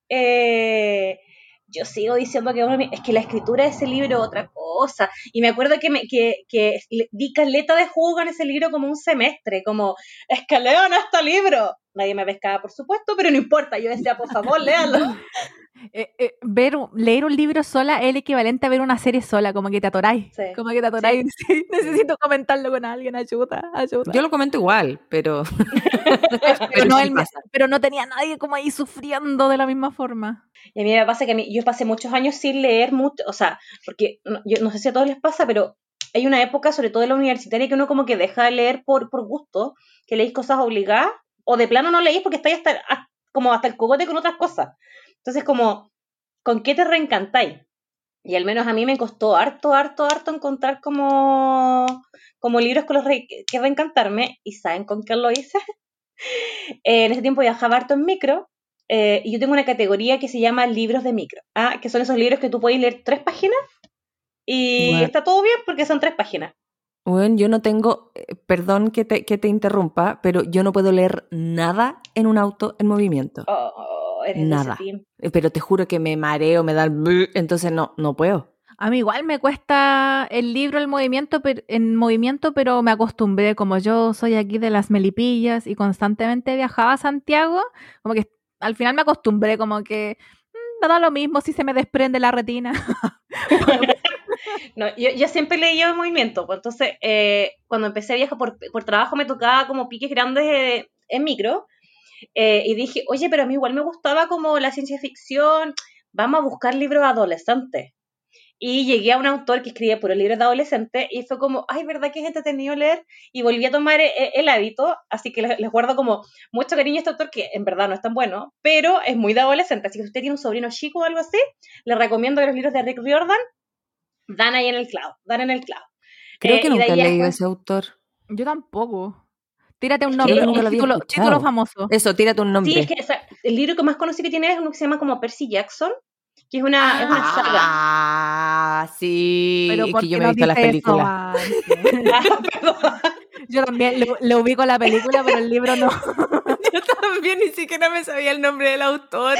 eh, yo sigo diciendo que uno de mis- es que la escritura de ese libro es otra cosa. Y me acuerdo que, me, que, que le- di caleta de jugo en ese libro como un semestre, como, es que lean este libro. Nadie me pescaba, por supuesto, pero no importa. Yo decía, por favor, léanlo. Eh, eh, ver, un- leer un libro sola es el equivalente a ver una serie sola, como que te atoráis. Sí, Como que te atoráis. sí. Sí, necesito comentarlo con alguien, ayuda, ayuda. Yo lo comento igual, pero, Pero, pero no, sí el- pasa. pero no tenía nadie como ahí sufriendo de la misma forma. Y a mí me pasa que a mí, yo pasé muchos años sin leer mucho, o sea, porque no, yo no sé si a todos les pasa, pero hay una época, sobre todo en la universitaria, que uno como que deja de leer por, por gusto, que leéis cosas obligadas, o de plano no leéis porque estáis hasta, hasta- como hasta el cogote con otras cosas. Entonces, como, ¿con qué te reencantáis? Y al menos a mí me costó harto, harto, harto encontrar como, como libros con los re- que reencantarme. ¿Y saben con qué lo hice? Eh, en ese tiempo viajaba harto en micro eh, y yo tengo una categoría que se llama libros de micro, ¿ah? Que son esos libros que tú puedes leer tres páginas y Bueno, está todo bien porque son tres páginas. bueno, yo no tengo, eh, perdón que te, que te interrumpa, pero yo no puedo leer nada en un auto en movimiento. Oh, oh, eres de ese Nada. team. Eh, Pero te juro que me mareo, me da el blu, entonces no, no puedo. A mí igual me cuesta el libro el movimiento, pero, en movimiento, pero me acostumbré, como yo soy aquí de las Melipillas y constantemente viajaba a Santiago, como que al final me acostumbré, como que mm, me da lo mismo si se me desprende la retina. No, yo, yo siempre leí en movimiento, pues entonces eh, cuando empecé a viajar por, por trabajo me tocaba como piques grandes eh, en micro eh, y dije, oye, pero a mí igual me gustaba como la ciencia ficción, vamos a buscar libros adolescentes. Y llegué a un autor que escribía puros libros de adolescentes y fue como, ay, ¿verdad que es entretenido leer? Y volví a tomar e- el hábito, así que les, les guardo como mucho cariño a este autor, que en verdad no es tan bueno, pero es muy de adolescente, así que si usted tiene un sobrino chico o algo así, le recomiendo que los libros de Rick Riordan dan ahí en el clavo, dan en el clavo. Creo Eh, que y de nunca ahí he ya leído después, ese autor. Yo tampoco. Tírate un es Creo nombre, que que, nunca un lo había título, título escuchado. famoso. Eso, tírate un sí, es nombre. que o sea, el libro que más conocido que tiene es uno que se llama como Percy Jackson, que es una, es una saga. Ah, sí. Pero Es ¿por que yo qué me he no visto las dice eso películas. antes? Ah, perdón. Yo también lo, lo ubico la película, pero el libro no. Yo también ni siquiera me sabía el nombre del autor.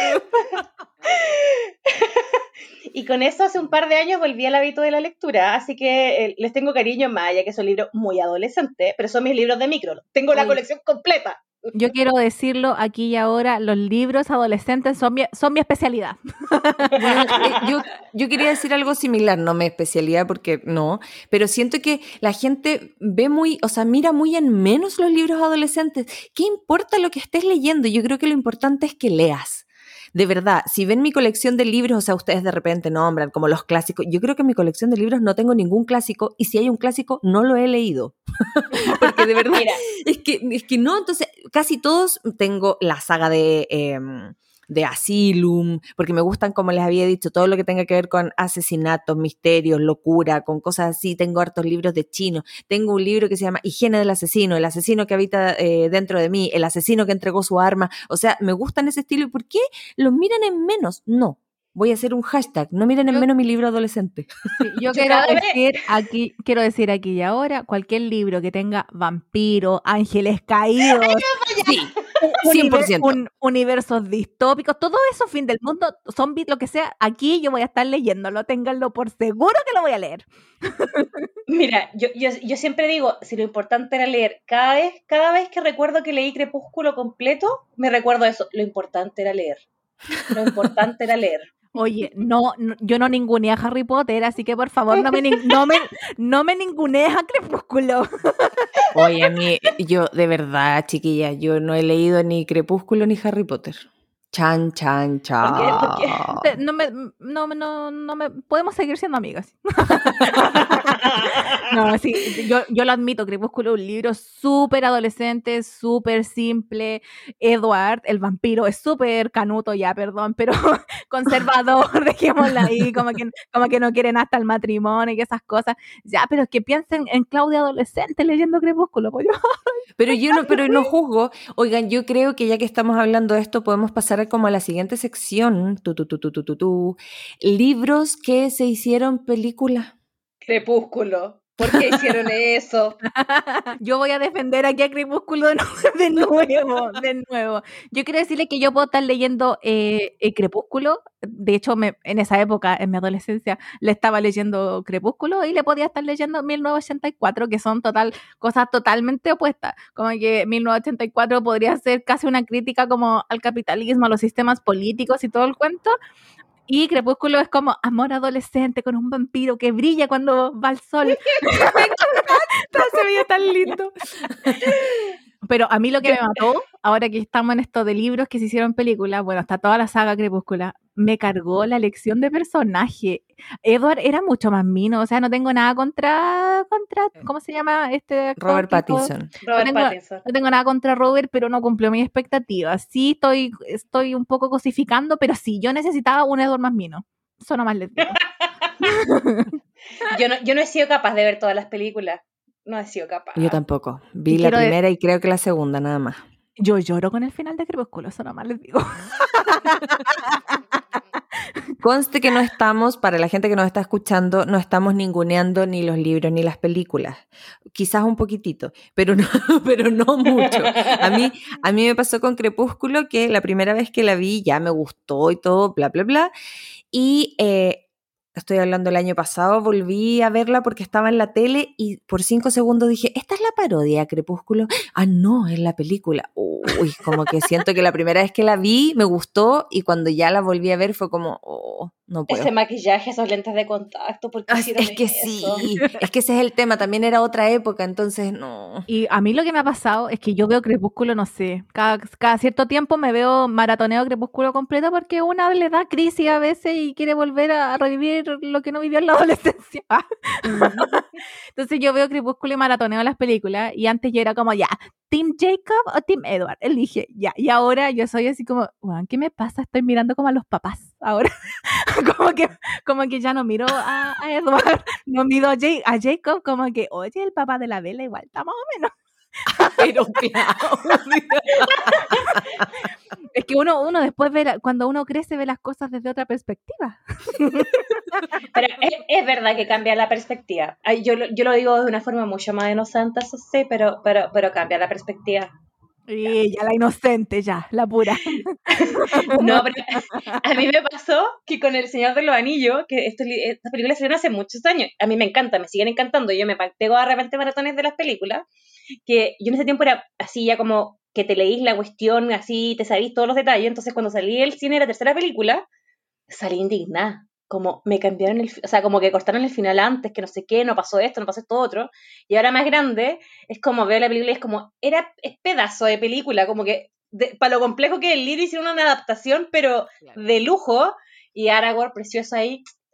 Y con eso hace un par de años volví al hábito de la lectura, así que eh, les tengo cariño más, ya que son libros muy adolescentes, pero son mis libros de micro. Tengo la Oye, colección completa. yo quiero decirlo aquí y ahora, los libros adolescentes son mi, son mi especialidad. Bueno, eh, yo, yo quería decir algo similar, no mi especialidad porque no, pero siento que la gente ve muy, o sea, mira muy en menos los libros adolescentes. ¿Qué importa lo que estés leyendo? Yo creo que lo importante es que leas. De verdad, si ven mi colección de libros, o sea, ustedes de repente nombran como los clásicos, yo creo que en mi colección de libros no tengo ningún clásico y si hay un clásico no lo he leído. Porque de verdad Mira, es que, es que no, entonces casi todos tengo la saga de... Eh, de Asylum, porque me gustan, como les había dicho, todo lo que tenga que ver con asesinatos, misterios, locura, con cosas así. Tengo hartos libros de chino. Tengo un libro que se llama Higiene del asesino, el asesino que habita eh, dentro de mí, el asesino que entregó su arma. O sea, me gustan ese estilo. ¿Y por qué los miran en menos? No. Voy a hacer un hashtag, no miren en Yo- menos mi libro adolescente. Sí, yo, Yo quiero cada vez- decir aquí, quiero decir aquí y ahora, cualquier libro que tenga vampiros, ángeles caídos, Sí, univer- cien por ciento. un- universos distópicos, todo eso, fin del mundo, zombies, lo que sea, aquí yo voy a estar leyéndolo, ténganlo por seguro que lo voy a leer. Mira, yo, yo, yo siempre digo, si lo importante era leer, cada vez, cada vez que recuerdo que leí Crepúsculo completo, me recuerdo eso, lo importante era leer. Lo importante era leer. Oye, no, no, yo no ninguneé a Harry Potter, así que por favor no me, nin- no me, no me ningunees a Crepúsculo. Oye, a mí, yo de verdad, chiquilla, yo no he leído ni Crepúsculo ni Harry Potter. Chan, chan, chan. ¿Por qué? ¿Por qué? Te- No me, no, no, no me, podemos seguir siendo amigas. No, sí, yo, yo lo admito, Crepúsculo es un libro súper adolescente, súper simple. Edward, el vampiro, es súper canuto ya, perdón, pero conservador, dejémosla ahí, como que, como que no quieren hasta el matrimonio y esas cosas. Ya, pero es que piensen en Claudia adolescente leyendo Crepúsculo, pues yo. Pero yo no, pero no juzgo. Oigan, yo creo que ya que estamos hablando de esto, podemos pasar como a la siguiente sección. Tu, tu, tu, tu, tu, tu, tu. Libros que se hicieron película. Crepúsculo. ¿Por qué hicieron eso? Yo voy a defender aquí a Crepúsculo de, nu- de nuevo, de nuevo. Yo quiero decirle que yo puedo estar leyendo eh, eh, Crepúsculo. De hecho, me, en esa época, en mi adolescencia, le estaba leyendo Crepúsculo y le podía estar leyendo mil novecientos ochenta y cuatro, que son total, cosas totalmente opuestas. Como que mil novecientos ochenta y cuatro podría ser casi una crítica como al capitalismo, a los sistemas políticos y todo el cuento. Y Crepúsculo es como amor adolescente con un vampiro que brilla cuando va al sol. Se veía tan lindo. Pero a mí lo que me mató, ahora que estamos en esto de libros que se hicieron películas, bueno, está toda la saga Crepúscula, me cargó la elección de personaje. Edward era mucho más mino, o sea, no tengo nada contra, contra ¿cómo se llama este actor? Robert que hizo- Pattinson. Robert tengo- Pattinson. No tengo nada contra Robert, pero no cumplió mis expectativas. Sí, estoy, estoy un poco cosificando, pero sí, yo necesitaba un Edward más mino. Eso nomás les digo. Yo no, yo no he sido capaz de ver todas las películas. No he sido capaz. Yo tampoco. Vi Y la quiero de- primera y creo que la segunda, nada más. Yo lloro con el final de Crepúsculo, eso nomás les digo. Conste que no estamos, para la gente que nos está escuchando, no estamos ninguneando ni los libros ni las películas. Quizás un poquitito, pero no, pero no mucho. A mí, a mí me pasó con Crepúsculo que la primera vez que la vi ya me gustó y todo, bla, bla, bla. Y eh, estoy hablando el año pasado, volví a verla porque estaba en la tele y por cinco segundos dije, ¿esta es la parodia de Crepúsculo? Ah, no, es la película. Uy, como que siento que la primera vez que la vi me gustó y cuando ya la volví a ver fue como, oh, no puedo. Ese maquillaje, esos lentes de contacto, ¿por qué Ah, hicieron es que eso? sí, es que ese es el tema, también era otra época, entonces no. Y a mí lo que me ha pasado es que yo veo Crepúsculo, no sé, cada, cada cierto tiempo me veo maratoneo Crepúsculo completo porque una le da crisis a veces y quiere volver a revivir lo que no vivió en la adolescencia. Entonces yo veo Crepúsculo y maratoneo las películas y antes yo era como, ya, ¿Team Jacob o Team Edward? Elige, ya. Y ahora yo soy así como, "Weón, ¿qué me pasa? Estoy mirando como a los papás ahora." como, que, como que ya no miro a, a Edward, no miro a, Ja- a Jacob, como que, oye, el papá de la Bella igual está más o menos. Pero Claudia. Es que uno, uno después ve, la- cuando uno crece, ve las cosas desde otra perspectiva. Pero es, es verdad que cambia la perspectiva. Ay, Yo, lo- yo lo digo de una forma mucho más inocente, eso sí, pero, pero, pero cambia la perspectiva. Y ya la inocente, ya, la pura. No, pero a mí me pasó que con El Señor de los Anillos, que estos li- estas películas salieron hace muchos años, a mí me encanta, me siguen encantando, yo me pego de repente maratones de las películas, que yo en ese tiempo era así ya como que te leís la cuestión, así te sabís todos los detalles, entonces cuando salí del cine la tercera película, salí indignada, como me cambiaron el, fi- o sea, como que cortaron el final antes, que no sé qué, no pasó esto, no pasó esto otro, y ahora más grande, es como veo la película y es como, era, es pedazo de película, como que, para lo complejo que es el libro hicieron una adaptación, pero de lujo, y Aragorn precioso ahí,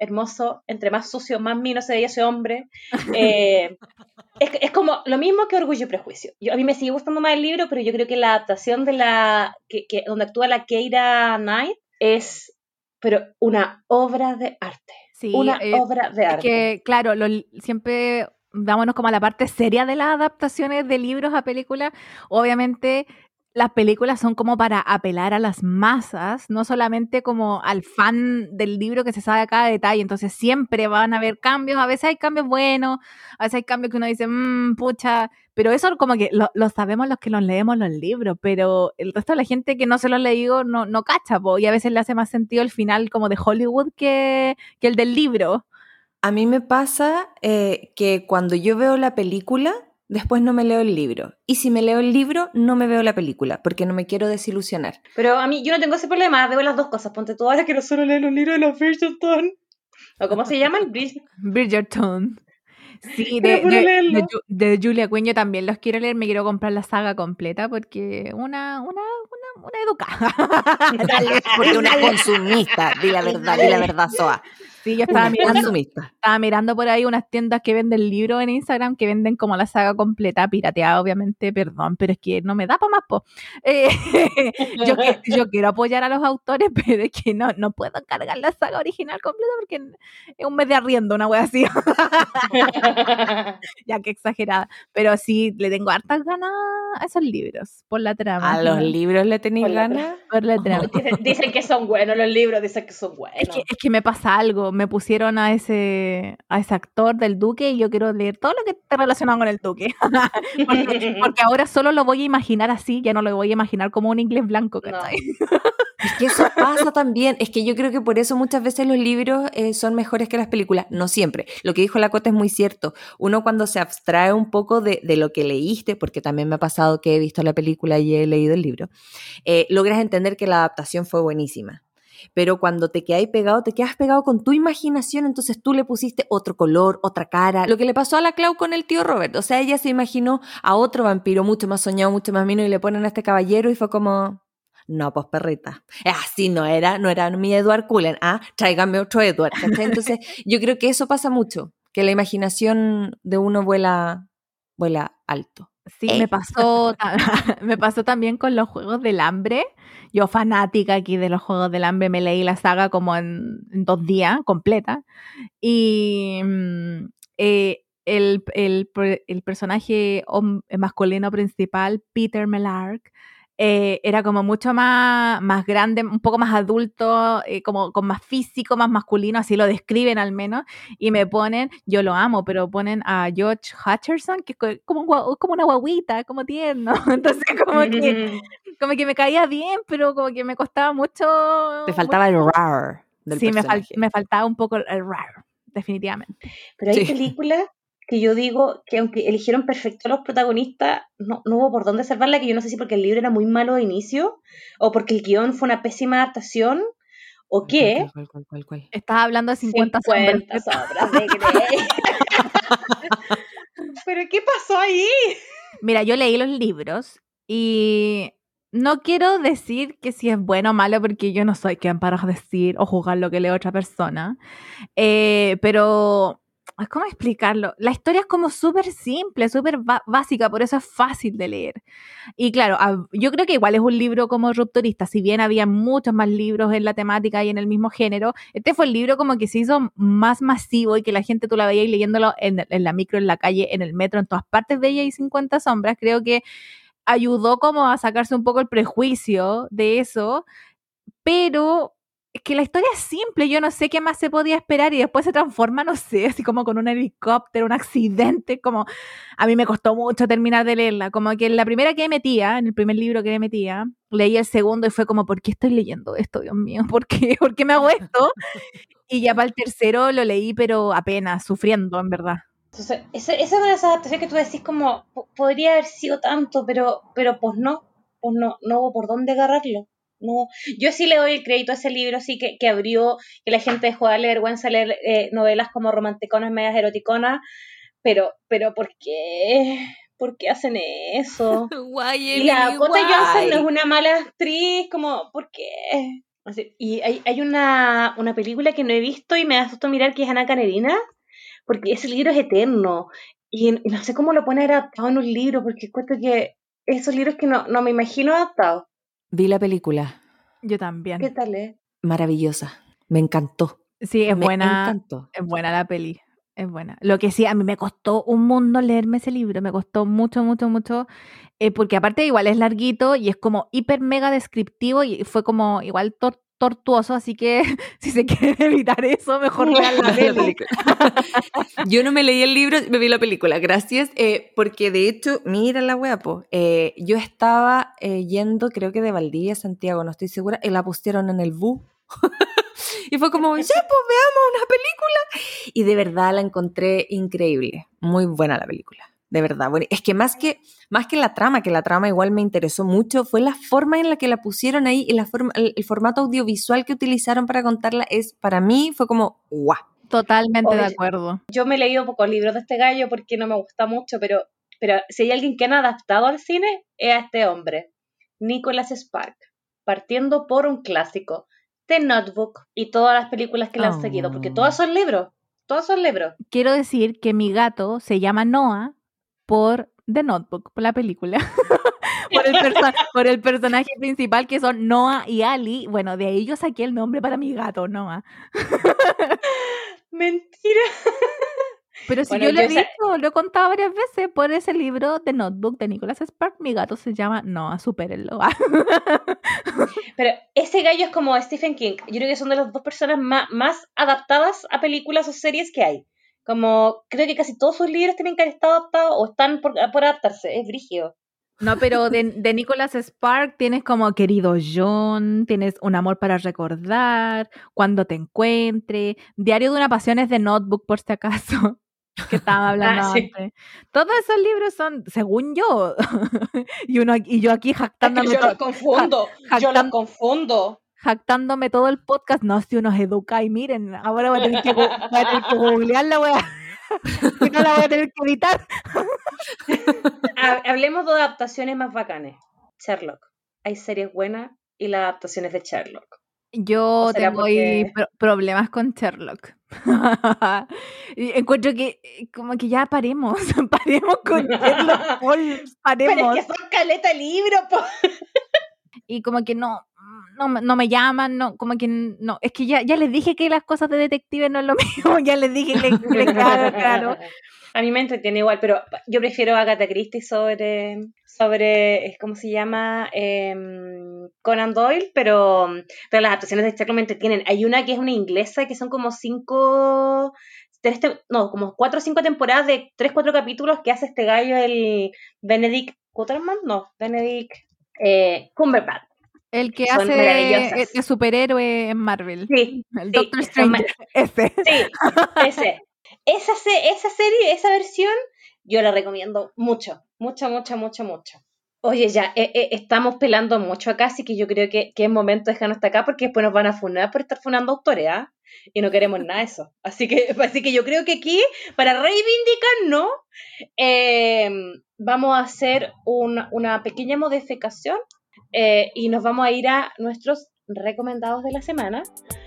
hermoso, entre más sucio, más mino se veía ese hombre. Eh, es, es como lo mismo que Orgullo y Prejuicio. Yo, a mí me sigue gustando más el libro, pero yo creo que la adaptación de la que, que, donde actúa la Keira Knight es pero una obra de arte. Sí, una eh, obra de es arte. que, claro, lo, siempre vámonos como a la parte seria de las adaptaciones de libros a películas. Obviamente las películas son como para apelar a las masas, no solamente como al fan del libro que se sabe cada detalle, entonces siempre van a haber cambios, a veces hay cambios buenos, a veces hay cambios que uno dice, mmm, pucha, pero eso como que lo, lo sabemos los que nos leemos los libros, pero el resto de la gente que no se los ha leído no, no cacha, po, y a veces le hace más sentido el final como de Hollywood que, que el del libro. A mí me pasa eh, que cuando yo veo la película, después no me leo el libro. Y si me leo el libro, no me veo la película, porque no me quiero desilusionar. Pero a mí, yo no tengo ese problema, veo las dos cosas. Ponte tú ahora que no solo leo los libros de los Bridgerton. ¿O cómo se llaman? Brid- Bridgerton. Sí, Pero de, puro de, leerlo. de, Ju- de Julia Quinn yo también los quiero leer, me quiero comprar la saga completa porque una, una, una, una educada. Dale, porque una consumista, di la verdad, di la verdad, Soa. Sí, yo estaba Una mirando, consumista. estaba mirando por ahí unas tiendas que venden libros en Instagram que venden como la saga completa, pirateada obviamente, perdón, pero es que no me da para más, po. Eh, yo, que, yo quiero apoyar a los autores, pero es que no, no puedo cargar la saga original completa porque es un mes de arriendo, una wea así. Ya que exagerada, pero sí le tengo hartas ganas a esos libros, por la trama. ¿A los libros le tenéis Por la ganas? Por la trama. Dicen, dicen que son buenos los libros, dicen que son buenos. Es que, es que me pasa algo, me pusieron a ese, a ese actor del Duque y yo quiero leer todo lo que esté relacionado con el Duque. porque, porque ahora solo lo voy a imaginar así, ya no lo voy a imaginar como un inglés blanco, ¿cachai? No. Es que eso pasa también. Es que yo creo que por eso muchas veces los libros eh, son mejores que las películas. No siempre. Lo que dijo la Cota es muy cierto. Uno cuando se abstrae un poco de, de lo que leíste, porque también me ha pasado que he visto la película y he leído el libro, eh, logras entender que la adaptación fue buenísima. Pero cuando te quedas pegado, te quedas pegado con tu imaginación, entonces tú le pusiste otro color, otra cara. Lo que le pasó a la Clau con el tío Robert. O sea, ella se imaginó a otro vampiro mucho más soñado, mucho más mino, y le ponen a este caballero y fue como... No, pues perrita. Así no era, no era mi Edward Cullen. Ah, tráigame otro Edward. ¿Cachai? Entonces, yo creo que eso pasa mucho, que la imaginación de uno vuela, vuela alto. Sí, Ey. me pasó, me pasó también con los Juegos del Hambre. Yo fanática aquí de los Juegos del Hambre, me leí la saga como en, en dos días, completa. Y mm, eh, el, el, el personaje masculino principal, Peter Mellark, Eh, era como mucho más, más grande, un poco más adulto, eh, como con más físico, más masculino, así lo describen al menos, y me ponen, yo lo amo, pero ponen a George Hutcherson, que es como, un, como una guaguita, como tierno, entonces como que, como que me caía bien, pero como que me costaba mucho... Te faltaba mucho. el rar del sí, personaje. me, fal, me faltaba un poco el rar, definitivamente. Pero hay Sí. películas que yo digo que aunque eligieron perfecto a los protagonistas, no, no hubo por dónde salvarla, que yo no sé si porque el libro era muy malo de inicio, o porque el guión fue una pésima adaptación, o qué. ¿Cuál, cuál, cuál, cuál? Estás hablando de cincuenta, cincuenta sombras. sombras de Grey. ¿Pero qué pasó ahí? Mira, yo leí los libros y no quiero decir que si es bueno o malo porque yo no soy quien para decir o juzgar lo que lee otra persona, eh, pero ¿cómo explicarlo? La historia es como súper simple, súper básica, por eso es fácil de leer. Y claro, yo creo que igual es un libro como rupturista, si bien había muchos más libros en la temática y en el mismo género, este fue el libro como que se hizo más masivo y que la gente tú la veías leyéndolo en, en la micro, en la calle, en el metro, en todas partes veía y cincuenta sombras, creo que ayudó como a sacarse un poco el prejuicio de eso, pero es que la historia es simple, yo no sé qué más se podía esperar y después se transforma, no sé, así como con un helicóptero, un accidente, como a mí me costó mucho terminar de leerla, como que en la primera que metía, en el primer libro que metía, leí el segundo y fue como, ¿por qué estoy leyendo esto, Dios mío? ¿Por qué? ¿Por qué me hago esto? Y ya para el tercero lo leí, pero apenas, sufriendo, en verdad. Entonces, esa, esa es una de esas adaptaciones que tú decís como, podría haber sido tanto, pero, pero pues no, pues no, no hubo por dónde agarrarlo. No, yo sí le doy el crédito a ese libro, sí que, que abrió, que la gente dejó de darle vergüenza leer eh, novelas como romanticonas, medias eroticonas, pero, pero ¿por qué? ¿Por qué hacen eso? Guay, y la Emily, Dakota guay. Johnson no es una mala actriz, como, ¿por qué? Así, y hay, hay una, una película que no he visto y me da susto mirar que es Ana Karenina, porque ese libro es eterno. Y, y no sé cómo lo pone adaptado en un libro, porque cuento que esos libros que no, no me imagino adaptados. Vi la película. Yo ¿Qué también. tal es? Maravillosa. Me encantó. Sí, es Me buena, encantó. es buena la peli. Es buena. Lo que sí, a mí me costó un mundo leerme ese libro. Me costó mucho, mucho, mucho. eh, porque aparte igual es larguito y es como hiper mega descriptivo y fue como igual tor- tortuoso. Así que si se quieren evitar eso, mejor vean la Vean la peli. película. Yo no me leí el libro, me vi la película, gracias, eh, porque de hecho, mira la wea, po, eh, yo estaba eh, yendo, creo que de Valdivia a Santiago, no estoy segura, y la pusieron en el bus. Y fue como, ya, pues veamos una película. Y de verdad la encontré increíble, muy buena la película, de verdad. Bueno, es que más que más que la trama, que la trama igual me interesó mucho, fue la forma en la que la pusieron ahí y la forma, el, el formato audiovisual que utilizaron para contarla es, para mí, fue como, guau. Totalmente de Oye, acuerdo. yo me he leído pocos libros de este gallo porque no me gusta mucho, pero, pero si hay alguien que han adaptado al cine, es a este hombre, Nicholas Spark, partiendo por un clásico, The Notebook y todas las películas que le han seguido, porque todas son libros, todos son libros. Quiero decir que mi gato se llama Noah por The Notebook, por la película. por, el perso- por el personaje principal que son Noah y Ali. Bueno, de ahí yo saqué el nombre para mi gato, Noah. Mentira. Pero si Bueno, yo lo he yo esa- dicho, lo he contado varias veces por ese libro The Notebook de Nicholas Spark, mi gato se llama Noah, supérenlo. pero ese gallo es como Stephen King. Yo creo que son de las dos personas más, más adaptadas a películas o series que hay. Como creo que casi todos sus libros tienen que haber estado adaptados o están por, por adaptarse. Es brígido. No, pero de, de Nicholas Spark tienes como Querido John, tienes Un amor para recordar, Cuando te encuentre, Diario de una pasión es de Notebook, por si acaso, que estaba hablando Ah, sí. antes. Todos esos libros son, según yo, y uno y yo aquí Es que jactándome, yo to- los confundo. ja- Yo los jactán- confundo. jactándome todo el podcast. No, si unos educa y miren, ahora voy a tener que, gu- voy a tener que googlear la wea, si no la voy a tener que editar. Ha- Hablemos de adaptaciones más bacanes. Sherlock. Hay series buenas y las adaptaciones de Sherlock. ¿O Yo será tengo ahí porque pro- problemas con Sherlock. Y encuentro que eh, como que ya paremos, paremos con Sherlock Holmes, Pero es paremos. que son caleta libro, po. Y como que no, no, me- no me llaman, no, como que no, es que ya, ya les dije que las cosas de detective no es lo mío, ya les dije que, que les quedara claro. A mí me entretiene igual, pero yo prefiero a Agatha Christie sobre, sobre es ¿cómo se llama? Em, Conan Doyle, pero, pero las adaptaciones de Sherlock me entretienen. Hay una que es una inglesa que son como cinco, tres tem- no, como cuatro o cinco temporadas de tres, cuatro capítulos que hace este gallo, el Benedict Cumberbatch, no, Benedict eh, Cumberbatch. El que Son hace maravillosas. de superhéroe en Marvel, Sí, el sí, Doctor son ma- Strange, ese. sí, ese. Esa, se- esa serie, esa versión, yo la recomiendo mucho, mucho, mucho, mucho, mucho. Oye, ya, eh, eh, estamos pelando mucho acá, así que yo creo que, que es momento de dejarnos hasta acá porque después nos van a funar por estar funando autores, ¿ah? Y no queremos nada de eso. Así que, así que yo creo que aquí, para reivindicarnos, eh, vamos a hacer un- una pequeña modificación eh, y nos vamos a ir a nuestros recomendados de la semana.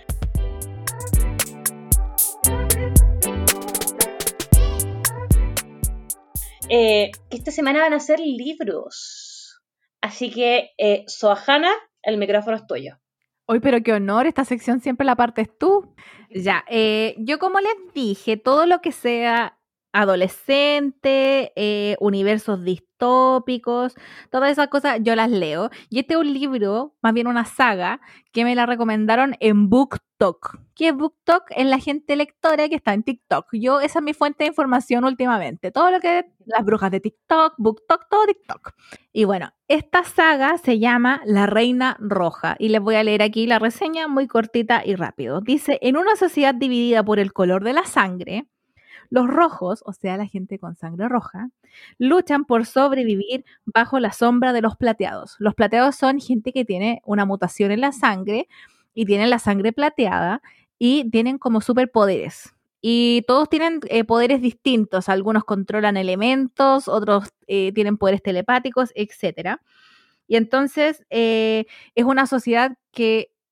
Eh, que esta semana van a ser libros. Así que, eh, Soahana, el micrófono es tuyo. Hoy, pero qué honor, esta sección siempre la partes tú. Ya, eh, yo como les dije, todo lo que sea adolescente, eh, universos distópicos, todas esas cosas yo las leo. Y este es un libro, más bien una saga, que me la recomendaron en BookTok. ¿Qué es BookTok? Es la gente lectora que está en TikTok. Yo, esa es mi fuente de información últimamente. Todo lo que las brujas de TikTok, BookTok, todo TikTok. Y bueno, esta saga se llama La Reina Roja y les voy a leer aquí la reseña muy cortita y rápido. Dice, en una sociedad dividida por el color de la sangre, los rojos, o sea, la gente con sangre roja, luchan por sobrevivir bajo la sombra de los plateados. Los plateados son gente que tiene una mutación en la sangre y tienen la sangre plateada y tienen como superpoderes. Y todos tienen eh, poderes distintos. Algunos controlan elementos, otros eh, tienen poderes telepáticos, etcétera. Y entonces eh, es una sociedad que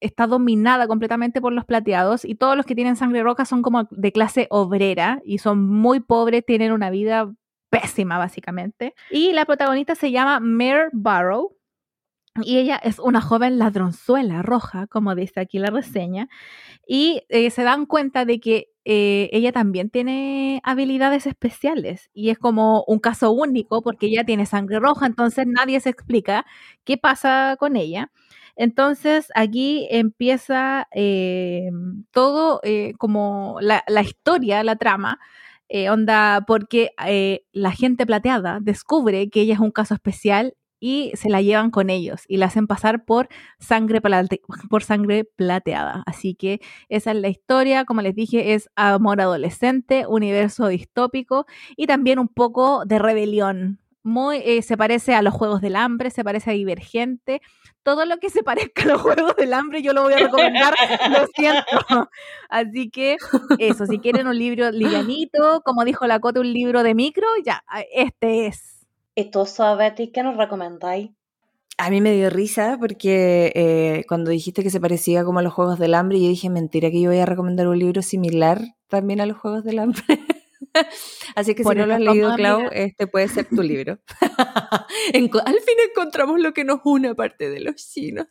está dominada completamente por los plateados y todos los que tienen sangre roja son como de clase obrera y son muy pobres, tienen una vida pésima básicamente. Y la protagonista se llama Mare Barrow y ella es una joven ladronzuela roja, como dice aquí la reseña, y eh, se dan cuenta de que eh, ella también tiene habilidades especiales y es como un caso único porque ella tiene sangre roja, entonces nadie se explica qué pasa con ella. Entonces aquí empieza eh, todo eh, como la, la historia, la trama, eh, onda porque eh, la gente plateada descubre que ella es un caso especial y se la llevan con ellos y la hacen pasar por sangre, plate- por sangre plateada. Así que esa es la historia, como les dije, es amor adolescente, universo distópico y también un poco de rebelión. Muy, eh, se parece a los Juegos del Hambre, se parece a Divergente. Todo lo que se parezca a los Juegos del Hambre yo lo voy a recomendar, lo siento. Así que eso, si quieren un libro livianito, como dijo la Cote, un libro de micro, ya, este es. ¿Y tú, Betty, qué nos recomendáis? A mí me dio risa porque eh, cuando dijiste que se parecía como a los Juegos del Hambre, yo dije, mentira, que yo voy a recomendar un libro similar también a los Juegos del Hambre. Así que Por si no lo has eso leído, somos Clau, amigas. este puede ser tu libro. Enco- Al fin encontramos lo que nos une aparte de los chinos.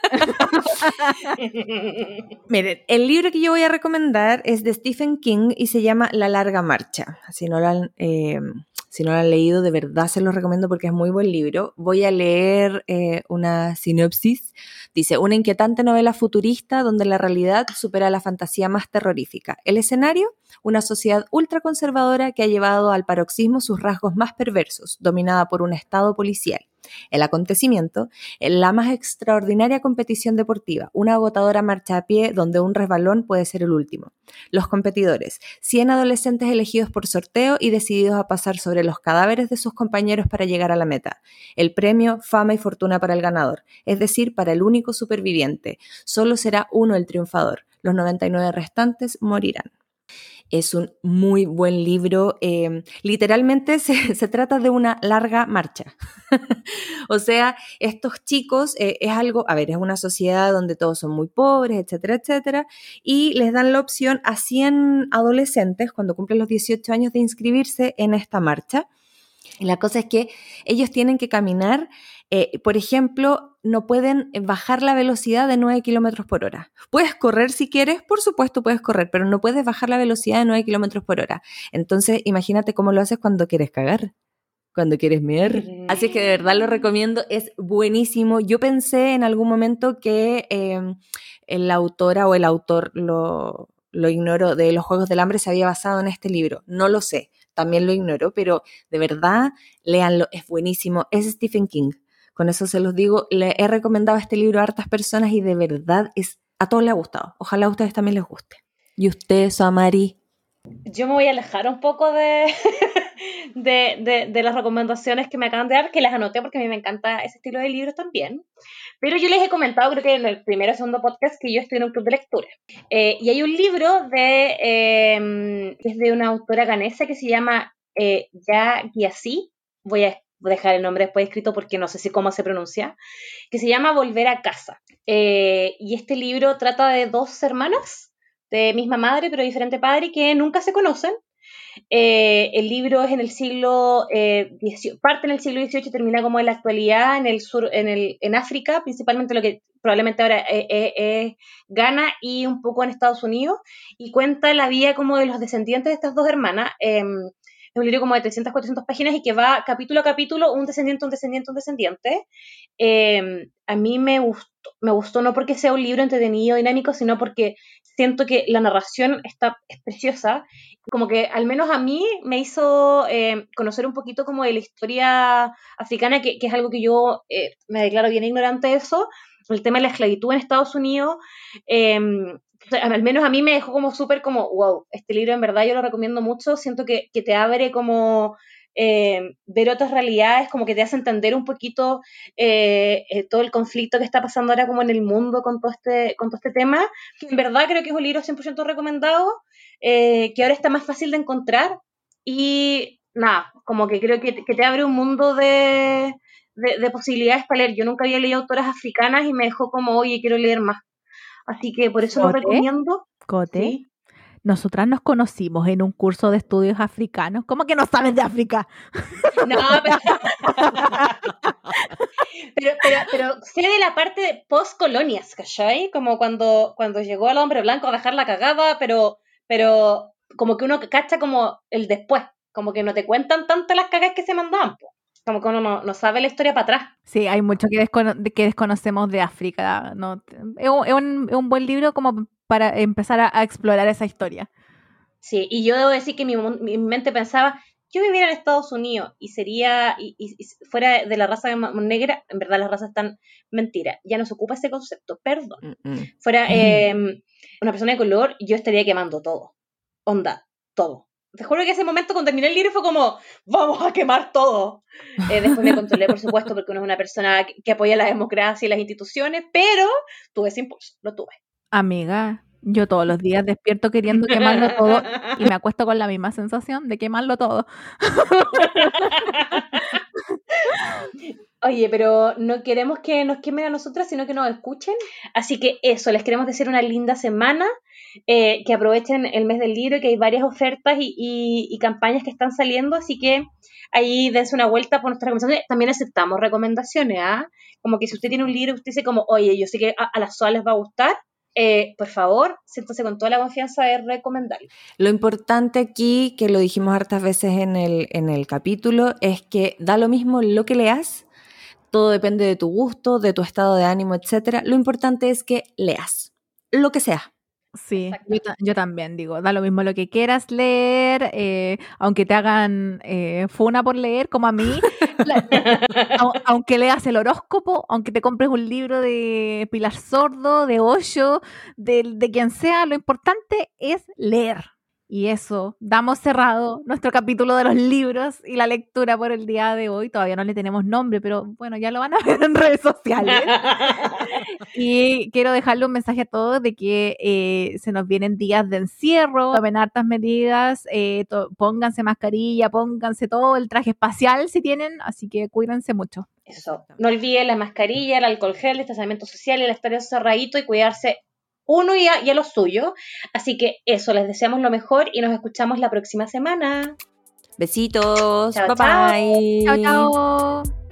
Miren, el libro que yo voy a recomendar es de Stephen King y se llama La larga marcha. Si no lo han, eh, si no lo han leído, de verdad se los recomiendo porque es muy buen libro. Voy a leer eh, una sinopsis. Dice, una inquietante novela futurista donde la realidad supera la fantasía más terrorífica. El escenario, una sociedad ultraconservadora que ha llevado al paroxismo sus rasgos más perversos, dominada por un estado policial. El acontecimiento, la más extraordinaria competición deportiva, una agotadora marcha a pie donde un resbalón puede ser el último. Los competidores, cien adolescentes elegidos por sorteo y decididos a pasar sobre los cadáveres de sus compañeros para llegar a la meta. El premio, fama y fortuna para el ganador, es decir, para el único superviviente. Solo será uno el triunfador. Los noventa y nueve restantes morirán. Es un muy buen libro. Eh, literalmente se, se trata de una larga marcha. O sea, estos chicos eh, es algo, a ver, es una sociedad donde todos son muy pobres, etcétera, etcétera, y les dan la opción a cien adolescentes cuando cumplen los dieciocho años de inscribirse en esta marcha. Y la cosa es que ellos tienen que caminar, eh, por ejemplo, no pueden bajar la velocidad de nueve kilómetros por hora. Puedes correr si quieres, por supuesto puedes correr, pero no puedes bajar la velocidad de nueve kilómetros por hora. Entonces, imagínate cómo lo haces cuando quieres cagar, cuando quieres mear. Así es que de verdad lo recomiendo, es buenísimo. Yo pensé en algún momento que eh, la autora o el autor, lo, lo ignoro, de Los Juegos del Hambre se había basado en este libro. No lo sé. También lo ignoro, pero de verdad, léanlo, es buenísimo, es Stephen King, con eso se los digo, le he recomendado este libro a hartas personas y de verdad es, a todos les ha gustado, ojalá a ustedes también les guste. ¿Y usted, Samari? Yo me voy a alejar un poco de, de, de, de las recomendaciones que me acaban de dar, que las anoté porque a mí me encanta ese estilo de libros también. Pero yo les he comentado, creo que en el primero o segundo podcast, que yo estoy en un club de lectura. Eh, y hay un libro de, eh, que es de una autora ganesa que se llama eh, Ya Gyasi. Voy a dejar el nombre después escrito porque no sé si cómo se pronuncia. Que se llama Volver a casa. Eh, y este libro trata de dos hermanas de misma madre, pero diferente padre, que nunca se conocen. Eh, el libro es en el siglo, eh, dieciocho, parte en el siglo dieciocho y termina como en la actualidad, en el sur, en, el, en África, principalmente lo que probablemente ahora es, es, es Ghana y un poco en Estados Unidos, y cuenta la vida como de los descendientes de estas dos hermanas. Eh, es un libro como de trescientas, cuatrocientas páginas y que va capítulo a capítulo, un descendiente, un descendiente, un descendiente. Eh, a mí me gustó, me gustó no porque sea un libro entretenido, dinámico, sino porque siento que la narración está, es preciosa, como que al menos a mí me hizo eh, conocer un poquito como de la historia africana, que, que es algo que yo eh, me declaro bien ignorante de eso, el tema de la esclavitud en Estados Unidos, eh, al menos a mí me dejó como súper como, wow, este libro en verdad yo lo recomiendo mucho, siento que, que te abre como eh, ver otras realidades, como que te hace entender un poquito eh, eh, todo el conflicto que está pasando ahora como en el mundo con todo este, con todo este tema, que en verdad creo que es un libro cien por ciento recomendado, eh, que ahora está más fácil de encontrar y nada, como que creo que, que te abre un mundo de, de, de posibilidades para leer. Yo nunca había leído autoras africanas y me dejó como, oye, quiero leer más. Así que por eso lo Cote, recomiendo. Cote, Sí. nosotras nos conocimos en un curso de estudios africanos. ¿Cómo que no sabes de África? No, pero, pero, pero, pero sé de la parte de post-colonias, ¿cachai? Como cuando, cuando llegó el hombre blanco a dejar la cagada, pero, pero como que uno cacha como el después, como que no te cuentan tanto las cagas que se mandaban, po. Como que uno no, no sabe la historia para atrás. Sí, hay mucho que, descono- de- que desconocemos de África. ¿No? Es un, es un- es un buen libro como para empezar a, a explorar esa historia. Sí, y yo debo decir que mi, mon- mi mente pensaba, yo viviera en Estados Unidos y sería, y, y- y fuera de la raza ma- negra, en verdad las razas están mentira, ya no se ocupa ese concepto, perdón. Mm, mm. Fuera eh, una persona de color, yo estaría quemando todo. Onda, todo. Te juro que ese momento cuando terminé el libro fue como, vamos a quemar todo. Eh, después me controlé, por supuesto, porque uno es una persona que, que apoya la democracia y las instituciones, pero tuve ese impulso, lo tuve. Amiga, yo todos los días despierto queriendo quemarlo todo y me acuesto con la misma sensación de quemarlo todo. Oye, pero no queremos que nos quemen a nosotras, sino que nos escuchen. Así que eso, les queremos decir una linda semana, eh, que aprovechen el mes del libro, que hay varias ofertas y, y- y campañas que están saliendo, así que ahí dense una vuelta por nuestras recomendaciones. También aceptamos recomendaciones, ¿ah? Como que si usted tiene un libro y usted dice como, oye, yo sé que a, a las S O A les va a gustar, eh, por favor, siéntase con toda la confianza de recomendarlo. Lo importante aquí, que lo dijimos hartas veces en el, en el capítulo, es que da lo mismo lo que leas, todo depende de tu gusto, de tu estado de ánimo, etcétera. Lo importante es que leas, lo que sea. Sí, yo, ta- yo también digo, da lo mismo lo que quieras leer, eh, aunque te hagan eh, funa por leer, como a mí, la- au- aunque leas el horóscopo, aunque te compres un libro de Pilar Sordo, de Osho, de, de quien sea, lo importante es leer. Y eso, damos cerrado nuestro capítulo de los libros y la lectura por el día de hoy. Todavía no le tenemos nombre, pero bueno, ya lo van a ver en redes sociales. Y quiero dejarle un mensaje a todos de que eh, se nos vienen días de encierro, tomen hartas medidas, eh, to- pónganse mascarilla, pónganse todo el traje espacial si tienen, así que cuídense mucho. Eso. No olviden la mascarilla, el alcohol gel, el distanciamiento social, el estar encerradito y cuidarse uno y a, y a los suyos. Así que eso, les deseamos lo mejor y nos escuchamos la próxima semana. Besitos, Chao, bye chao. bye. Chao, chao.